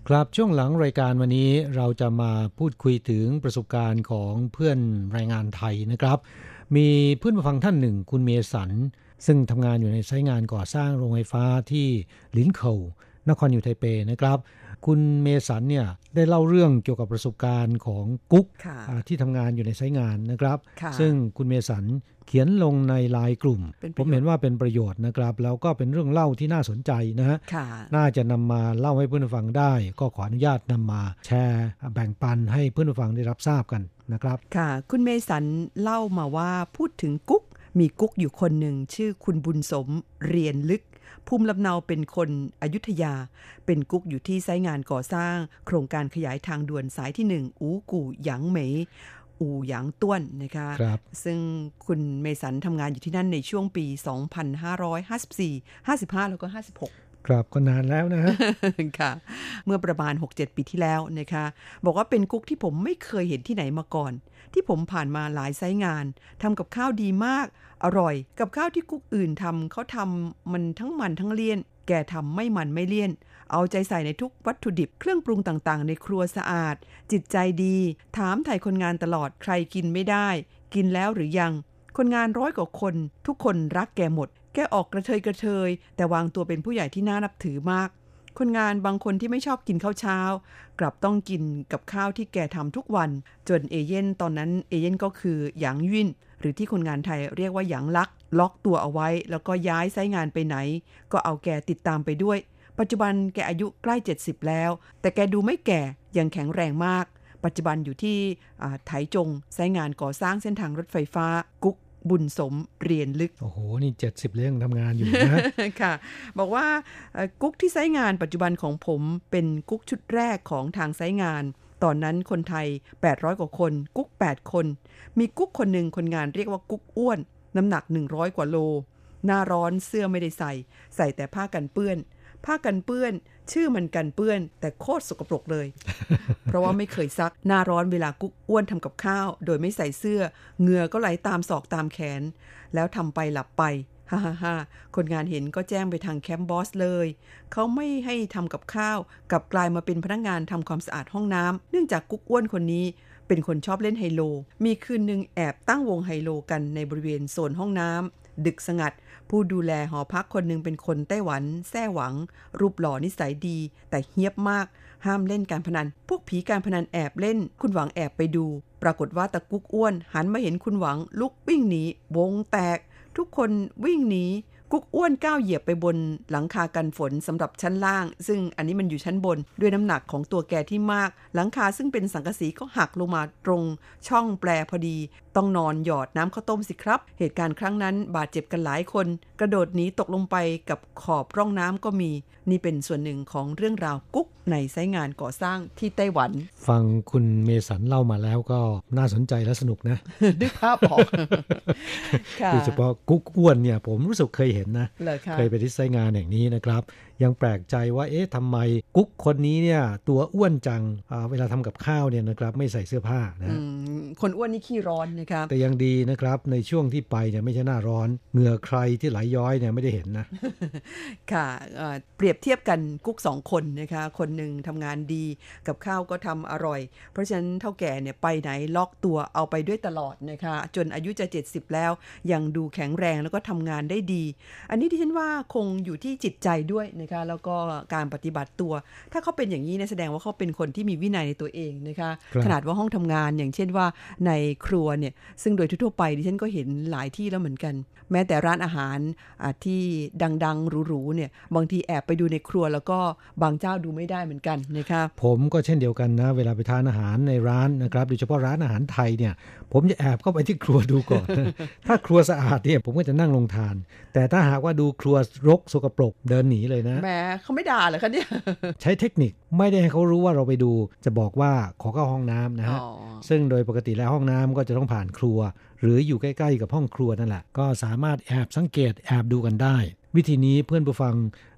ครับช่วงหลังรายการวันนี้เราจะมาพูดคุยถึงประสบการณ์ของเพื่อนแรงงานไทยนะครับมีเพื่อนผู้ฟังท่านหนึ่งคุณเมสันซึ่งทำงานอยู่ในไซต์งานก่อสร้างโรงไฟฟ้าที่หลินเคิลนครนิวยอร์กไทเปนะครับคุณเมสันเนี่ยได้เล่าเรื่องเกี่ยวกับประสบการณ์ของกุ๊กที่ทำงานอยู่ในไซต์งานนะครับซึ่งคุณเมสันเขียนลงในไลน์กลุ่มผมเห็นว่าเป็นประโยชน์นะครับแล้วก็เป็นเรื่องเล่าที่น่าสนใจนะฮะน่าจะนำมาเล่าให้เพื่อนฟังได้ก็ขออนุญาตนำมาแชร์แบ่งปันให้เพื่อนฟังได้รับทราบกันนะครับค่ะคุณเมสันเล่ามาว่าพูดถึงกุ๊กมีกุ๊กอยู่คนหนึ่งชื่อคุณบุญสมเรียนลึกภูมิลำเนาเป็นคนอยุธยาเป็นกุ๊กอยู่ที่ไซต์งานก่อสร้างโครงการขยายทางด่วนสายที่หนึ่งอู่กู่หยางเหมยอู่หยางต้วนนะคะซึ่งคุณเมสันทำงานอยู่ที่นั่นในช่วงปีสองพันห้าร้อยห้าสิบสี่ ห้าสิบห้าแล้วก็ห้าสิบหกครับก็นานแล้วนะค่ะเมื่อประมาณ หกเจ็ด ปีที่แล้วนะคะบอกว่าเป็นกุ๊กที่ผมไม่เคยเห็นที่ไหนมาก่อนที่ผมผ่านมาหลายไซต์งานทำกับข้าวดีมากอร่อยกับข้าวที่กุ๊กอื่นทำเขาทำมันทั้งมันทั้งเลี่ยนแกทำไม่มันไม่เลี่ยนเอาใจใส่ในทุกวัตถุดิบเครื่องปรุงต่างๆในครัวสะอาดจิตใจดีถามไถ่คนงานตลอดใครกินไม่ได้กินแล้วหรือยังคนงานร้อยกว่าคนทุกคนรักแกหมดแกออกกระเทยกระเทยแต่วางตัวเป็นผู้ใหญ่ที่น่านับถือมากคนงานบางคนที่ไม่ชอบกินข้าวเช้ากลับต้องกินกับข้าวที่แกทำทุกวันจนเอเย่นตอนนั้นเอเย่นก็คือหยางยุ่นหรือที่คนงานไทยเรียกว่าหยางลักล็อกตัวเอาไว้แล้วก็ย้ายไซต์งานไปไหนก็เอาแกติดตามไปด้วยปัจจุบันแกอายุใกล้เจ็ดสิบแล้วแต่แกดูไม่แก่ยังแข็งแรงมากปัจจุบันอยู่ที่ไถจงไซต์งานก่อสร้างเส้นทางรถไฟฟ้ากุ๊กบุญสมเรียนลึกโอ้โหนี่เจ็ดสิบเรื่องทำงานอยู่นะค่ะบอกว่ากุ๊กที่ไซต์งานปัจจุบันของผมเป็นกุ๊กชุดแรกของทางไซต์งานตอนนั้นคนไทยแปดร้อยกว่าคนกุ๊กแปดคนมีกุ๊กคนหนึ่งคนงานเรียกว่ากุ๊กอ้วนน้ำหนักหนึ่งร้อยกว่าโลหน้าร้อนเสื้อไม่ได้ใส่ใส่แต่ผ้ากันเปื้อนผ้ากันเปื้อนชื่อมันกันเปื้อนแต่โคตรสกปรกเลย เพราะว่าไม่เคยซักหน้าร้อนเวลากุ๊กอ้วนทำกับข้าวโดยไม่ใส่เสื้อเหงื่อก็ไหลตามศอกตามแขนแล้วทำไปหลับไปฮ่าฮ่าฮ่าคนงานเห็นก็แจ้งไปทางแคมป์บอสเลยเขาไม่ให้ทำกับข้าวกลับกลายมาเป็นพนักงานทำความสะอาดห้องน้ำเนื่องจากกุ๊กอ้วนคนนี้เป็นคนชอบเล่นไฮโลมีคืนนึงแอบตั้งวงไฮโลกันในบริเวณโซนห้องน้ำดึกสงัดผู้ดูแลหอพักคนหนึ่งเป็นคนไต้หวันแซ่หวังรูปหล่อนิสัยดีแต่เฮี้ยบมากห้ามเล่นการพนันพวกผีการพนันแอบเล่นคุณหวังแอบไปดูปรากฏว่าตะกุ๊กอ้วนหันมาเห็นคุณหวังลุกวิ่งหนีวงแตกทุกคนวิ่งหนีกุ๊กอ้วนก้าวเหยียบไปบนหลังคากันฝนสำหรับชั้นล่างซึ่งอันนี้มันอยู่ชั้นบนด้วยน้ำหนักของตัวแกที่มากหลังคาซึ่งเป็นสังกะสีก็หักลงมาตรงช่องแปรพอดีต้องนอนหยอดน้ำข้าวต้มสิครับเหตุการณ์ครั้งนั้นบาดเจ็บกันหลายคนกระโดดหนีตกลงไปกับขอบร่องน้ำก็มีนี่เป็นส่วนหนึ่งของเรื่องราวกุ๊กในไซต์งานก่อสร้างที่ไต้หวันฟังคุณเมสันเล่ามาแล้วก็น่าสนใจและสนุกนะนึกภาพออกโดยเฉพาะกุ๊กอ้วนเนี่ยผมรู้สึกเคยเห็นนะเคยไปที่ไซต์งานแห่งนี้นะครับยังแปลกใจว่าเอ๊ะทำไมกุ๊กคนนี้เนี่ยตัวอ้วนจังเวลาทำกับข้าวเนี่ยนะครับไม่ใส่เสื้อผ้านะคนอ้วนนี่ขี้ร้อนนะครับแต่ยังดีนะครับในช่วงที่ไปเนี่ยไม่ใช่หน้าร้อนเหงื่อใครที่ไหลย้อยเนี่ยไม่ได้เห็นนะค่ะเปรียบเทียบกันกุ๊กสองคนนะคะคนหนึ่งทำงานดีกับข้าวก็ทำอร่อยเพราะฉะนั้นเท่าแก่เนี่ยไปไหนล็อกตัวเอาไปด้วยตลอดนะคะจนอายุจะเจ็ดสิบแล้วยังดูแข็งแรงแล้วก็ทำงานได้ดีอันนี้ที่ฉันว่าคงอยู่ที่จิตใจด้วยนะคะแล้วก็การปฏิบัติตัวถ้าเขาเป็นอย่างนี้เนี่ยแสดงว่าเขาเป็นคนที่มีวินัยในตัวเองนะคะขนาดว่าห้องทำงานอย่างเช่นว่าในครัวเนี่ยซึ่งโดยทั่วไปดิฉันก็เห็นหลายที่แล้วเหมือนกันแม้แต่ร้านอาหารที่ดังๆหรูๆเนี่ยบางทีแอบไปดูในครัวแล้วก็บางเจ้าดูไม่ได้เหมือนกันนะคะผมก็เช่นเดียวกันนะเวลาไปทานอาหารในร้านนะครับโดยเฉพาะร้านอาหารไทยเนี่ยผมจะแอบเข้าไปที่ครัวดูก่อน ถ้าครัวสะอาดเนี่ยผมก็จะนั่งลงทานแต่ถ้าหากว่าดูครัวรกสกปรกเดินหนีเลยนะแหมเขาไม่ด่าเหรอคะเนี่ยใช้เทคนิคไม่ได้ให้เขารู้ว่าเราไปดูจะบอกว่าขอเข้าห้องน้ำนะฮะซึ่งโดยปกติแล้วห้องน้ำก็จะต้องผ่านครัวหรืออยู่ใกล้ๆกับห้องครัวนั่นแหละก็สามารถแอบสังเกตแอบดูกันได้วิธีนี้เพื่อนผู้ฟัง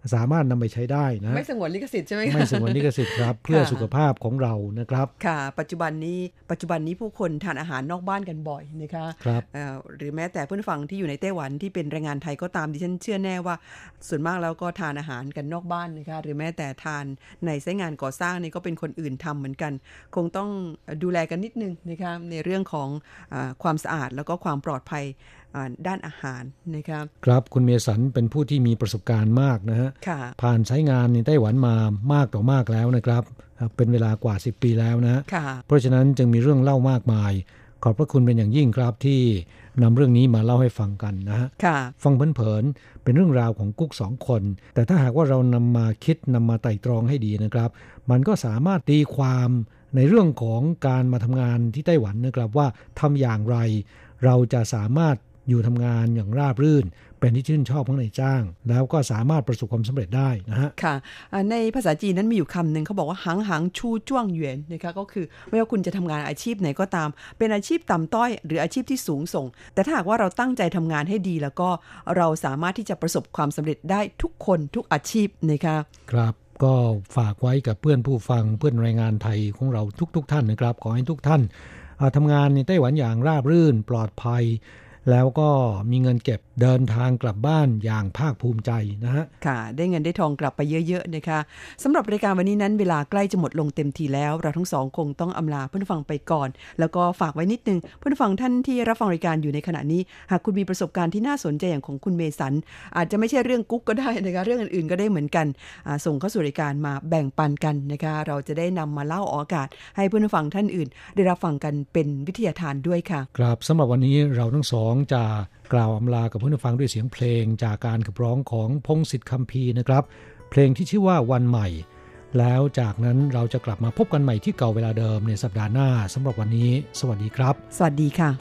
สามารถนำไปใช้ได้นะไม่สงวนลิขสิทธิ์ใช่ไหมคะไม่สงวนลิขสิทธิ์ครับ เพื่อสุขภาพของเรานะครับค่ะปัจจุบันนี้ปัจจุบันนี้ผู้คนทานอาหารนอกบ้านกันบ่อยนะคะครับหรือแม้แต่เพื่อนฟังที่อยู่ในไต้หวันที่เป็นแรงงานไทยก็ตามดิฉันเชื่อแน่ว่าส่วนมากแล้วก็ทานอาหารกันนอกบ้านนะคะหรือแม้แต่ทานในไซต์งานก่อสร้างนี่ก็เป็นคนอื่นทำเหมือนกันคงต้องดูแลกันนิดนึงนะคะในเรื่องของอ่าความสะอาดแล้วก็ความปลอดภัยด้านอาหารนะครับครับคุณเมสันเป็นผู้ที่มีประสบการณ์มากนะฮะผ่านใช้งานในไต้หวันมามากต่อมากแล้วนะครับเป็นเวลากว่าสิบปีแล้วนะเพราะฉะนั้นจึงมีเรื่องเล่ามากมายขอบพระคุณเป็นอย่างยิ่งครับที่นำเรื่องนี้มาเล่าให้ฟังกันนะฮะฟังเผินๆเป็นเรื่องราวของกุ๊กสองคนแต่ถ้าหากว่าเรานำมาคิดนำมาไต่ตรองให้ดีนะครับมันก็สามารถตีความในเรื่องของการมาทำงานที่ไต้หวันนะครับว่าทำอย่างไรเราจะสามารถอยู่ทำงานอย่างราบรื่นเป็นที่ชื่นชอบของนายจ้างแล้วก็สามารถประสบความสำเร็จได้นะฮะค่ะในภาษาจีนนั้นมีอยู่คำหนึ่งเขาบอกว่าหังหังชูจ้วงเหวียนนะคะก็คือไม่ว่าคุณจะทำงานอาชีพไหนก็ตามเป็นอาชีพต่ำต้อยหรืออาชีพที่สูงส่งแต่ถ้าหากว่าเราตั้งใจทำงานให้ดีแล้วก็เราสามารถที่จะประสบความสำเร็จได้ทุกคนทุกอาชีพนะคะครับก็ฝากไว้กับเพื่อนผู้ฟังเพื่อนแรงงานไทยของเราทุกๆท่านนะครับขอให้ทุกท่านทำงานในไต้หวันอย่างราบรื่นปลอดภัยแล้วก็มีเงินเก็บเดินทางกลับบ้านอย่างภาคภูมิใจนะฮะค่ะได้เงินได้ทองกลับไปเยอะๆนะคะสำหรับรายการวันนี้นั้นเวลาใกล้จะหมดลงเต็มทีแล้วเราทั้งสองคงต้องอำลาเพื่อนฟังไปก่อนแล้วก็ฝากไว้นิดนึงเพื่อนฟังท่านที่รับฟังรายการอยู่ในขณะนี้หากคุณมีประสบการณ์ที่น่าสนใจอย่างของคุณเมสันอาจจะไม่ใช่เรื่องกุ๊กก็ได้นะคะเรื่องอื่นๆก็ได้เหมือนกันส่งเข้าสู่รายการมาแบ่งปันกันนะคะเราจะได้นำมาเล่าออกอากาศให้เพื่อนฟังท่านอื่นได้รับฟังกันเป็นวิทยาทานด้วยค่ะครับสำหรับวันนี้เราทั้งสองจะกล่าวอำลากับผู้ฟังด้วยเสียงเพลงจากการขับร้องของพงษ์สิทธิ์คัมภีร์นะครับเพลงที่ชื่อว่าวันใหม่แล้วจากนั้นเราจะกลับมาพบกันใหม่ที่เก่าเวลาเดิมในสัปดาห์หน้าสำหรับวันนี้สวัสดีครับสวัสดีค่ะ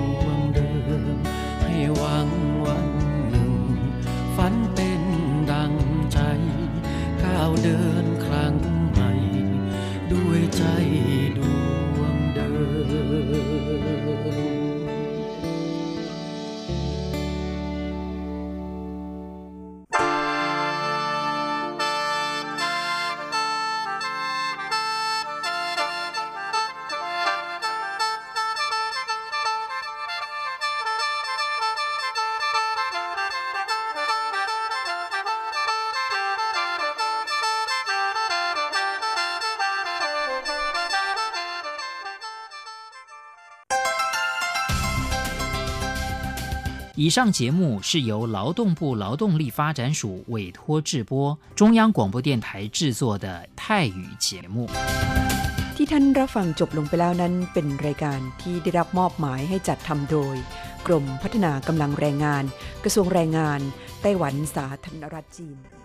ฝันเป็นดัง以上节目是由劳动部劳动力发展署委托制播，中央广播电台制作的泰语节目。 ที่ท่านรับฟังจบลงไปแล้วนั้นเป็นรายการที่ได้รับมอบหมายให้จัดทำโดยกรมพัฒนากำลังแรงงานกระทรวงแรงงานไต้หวันสาธารณรัฐจีน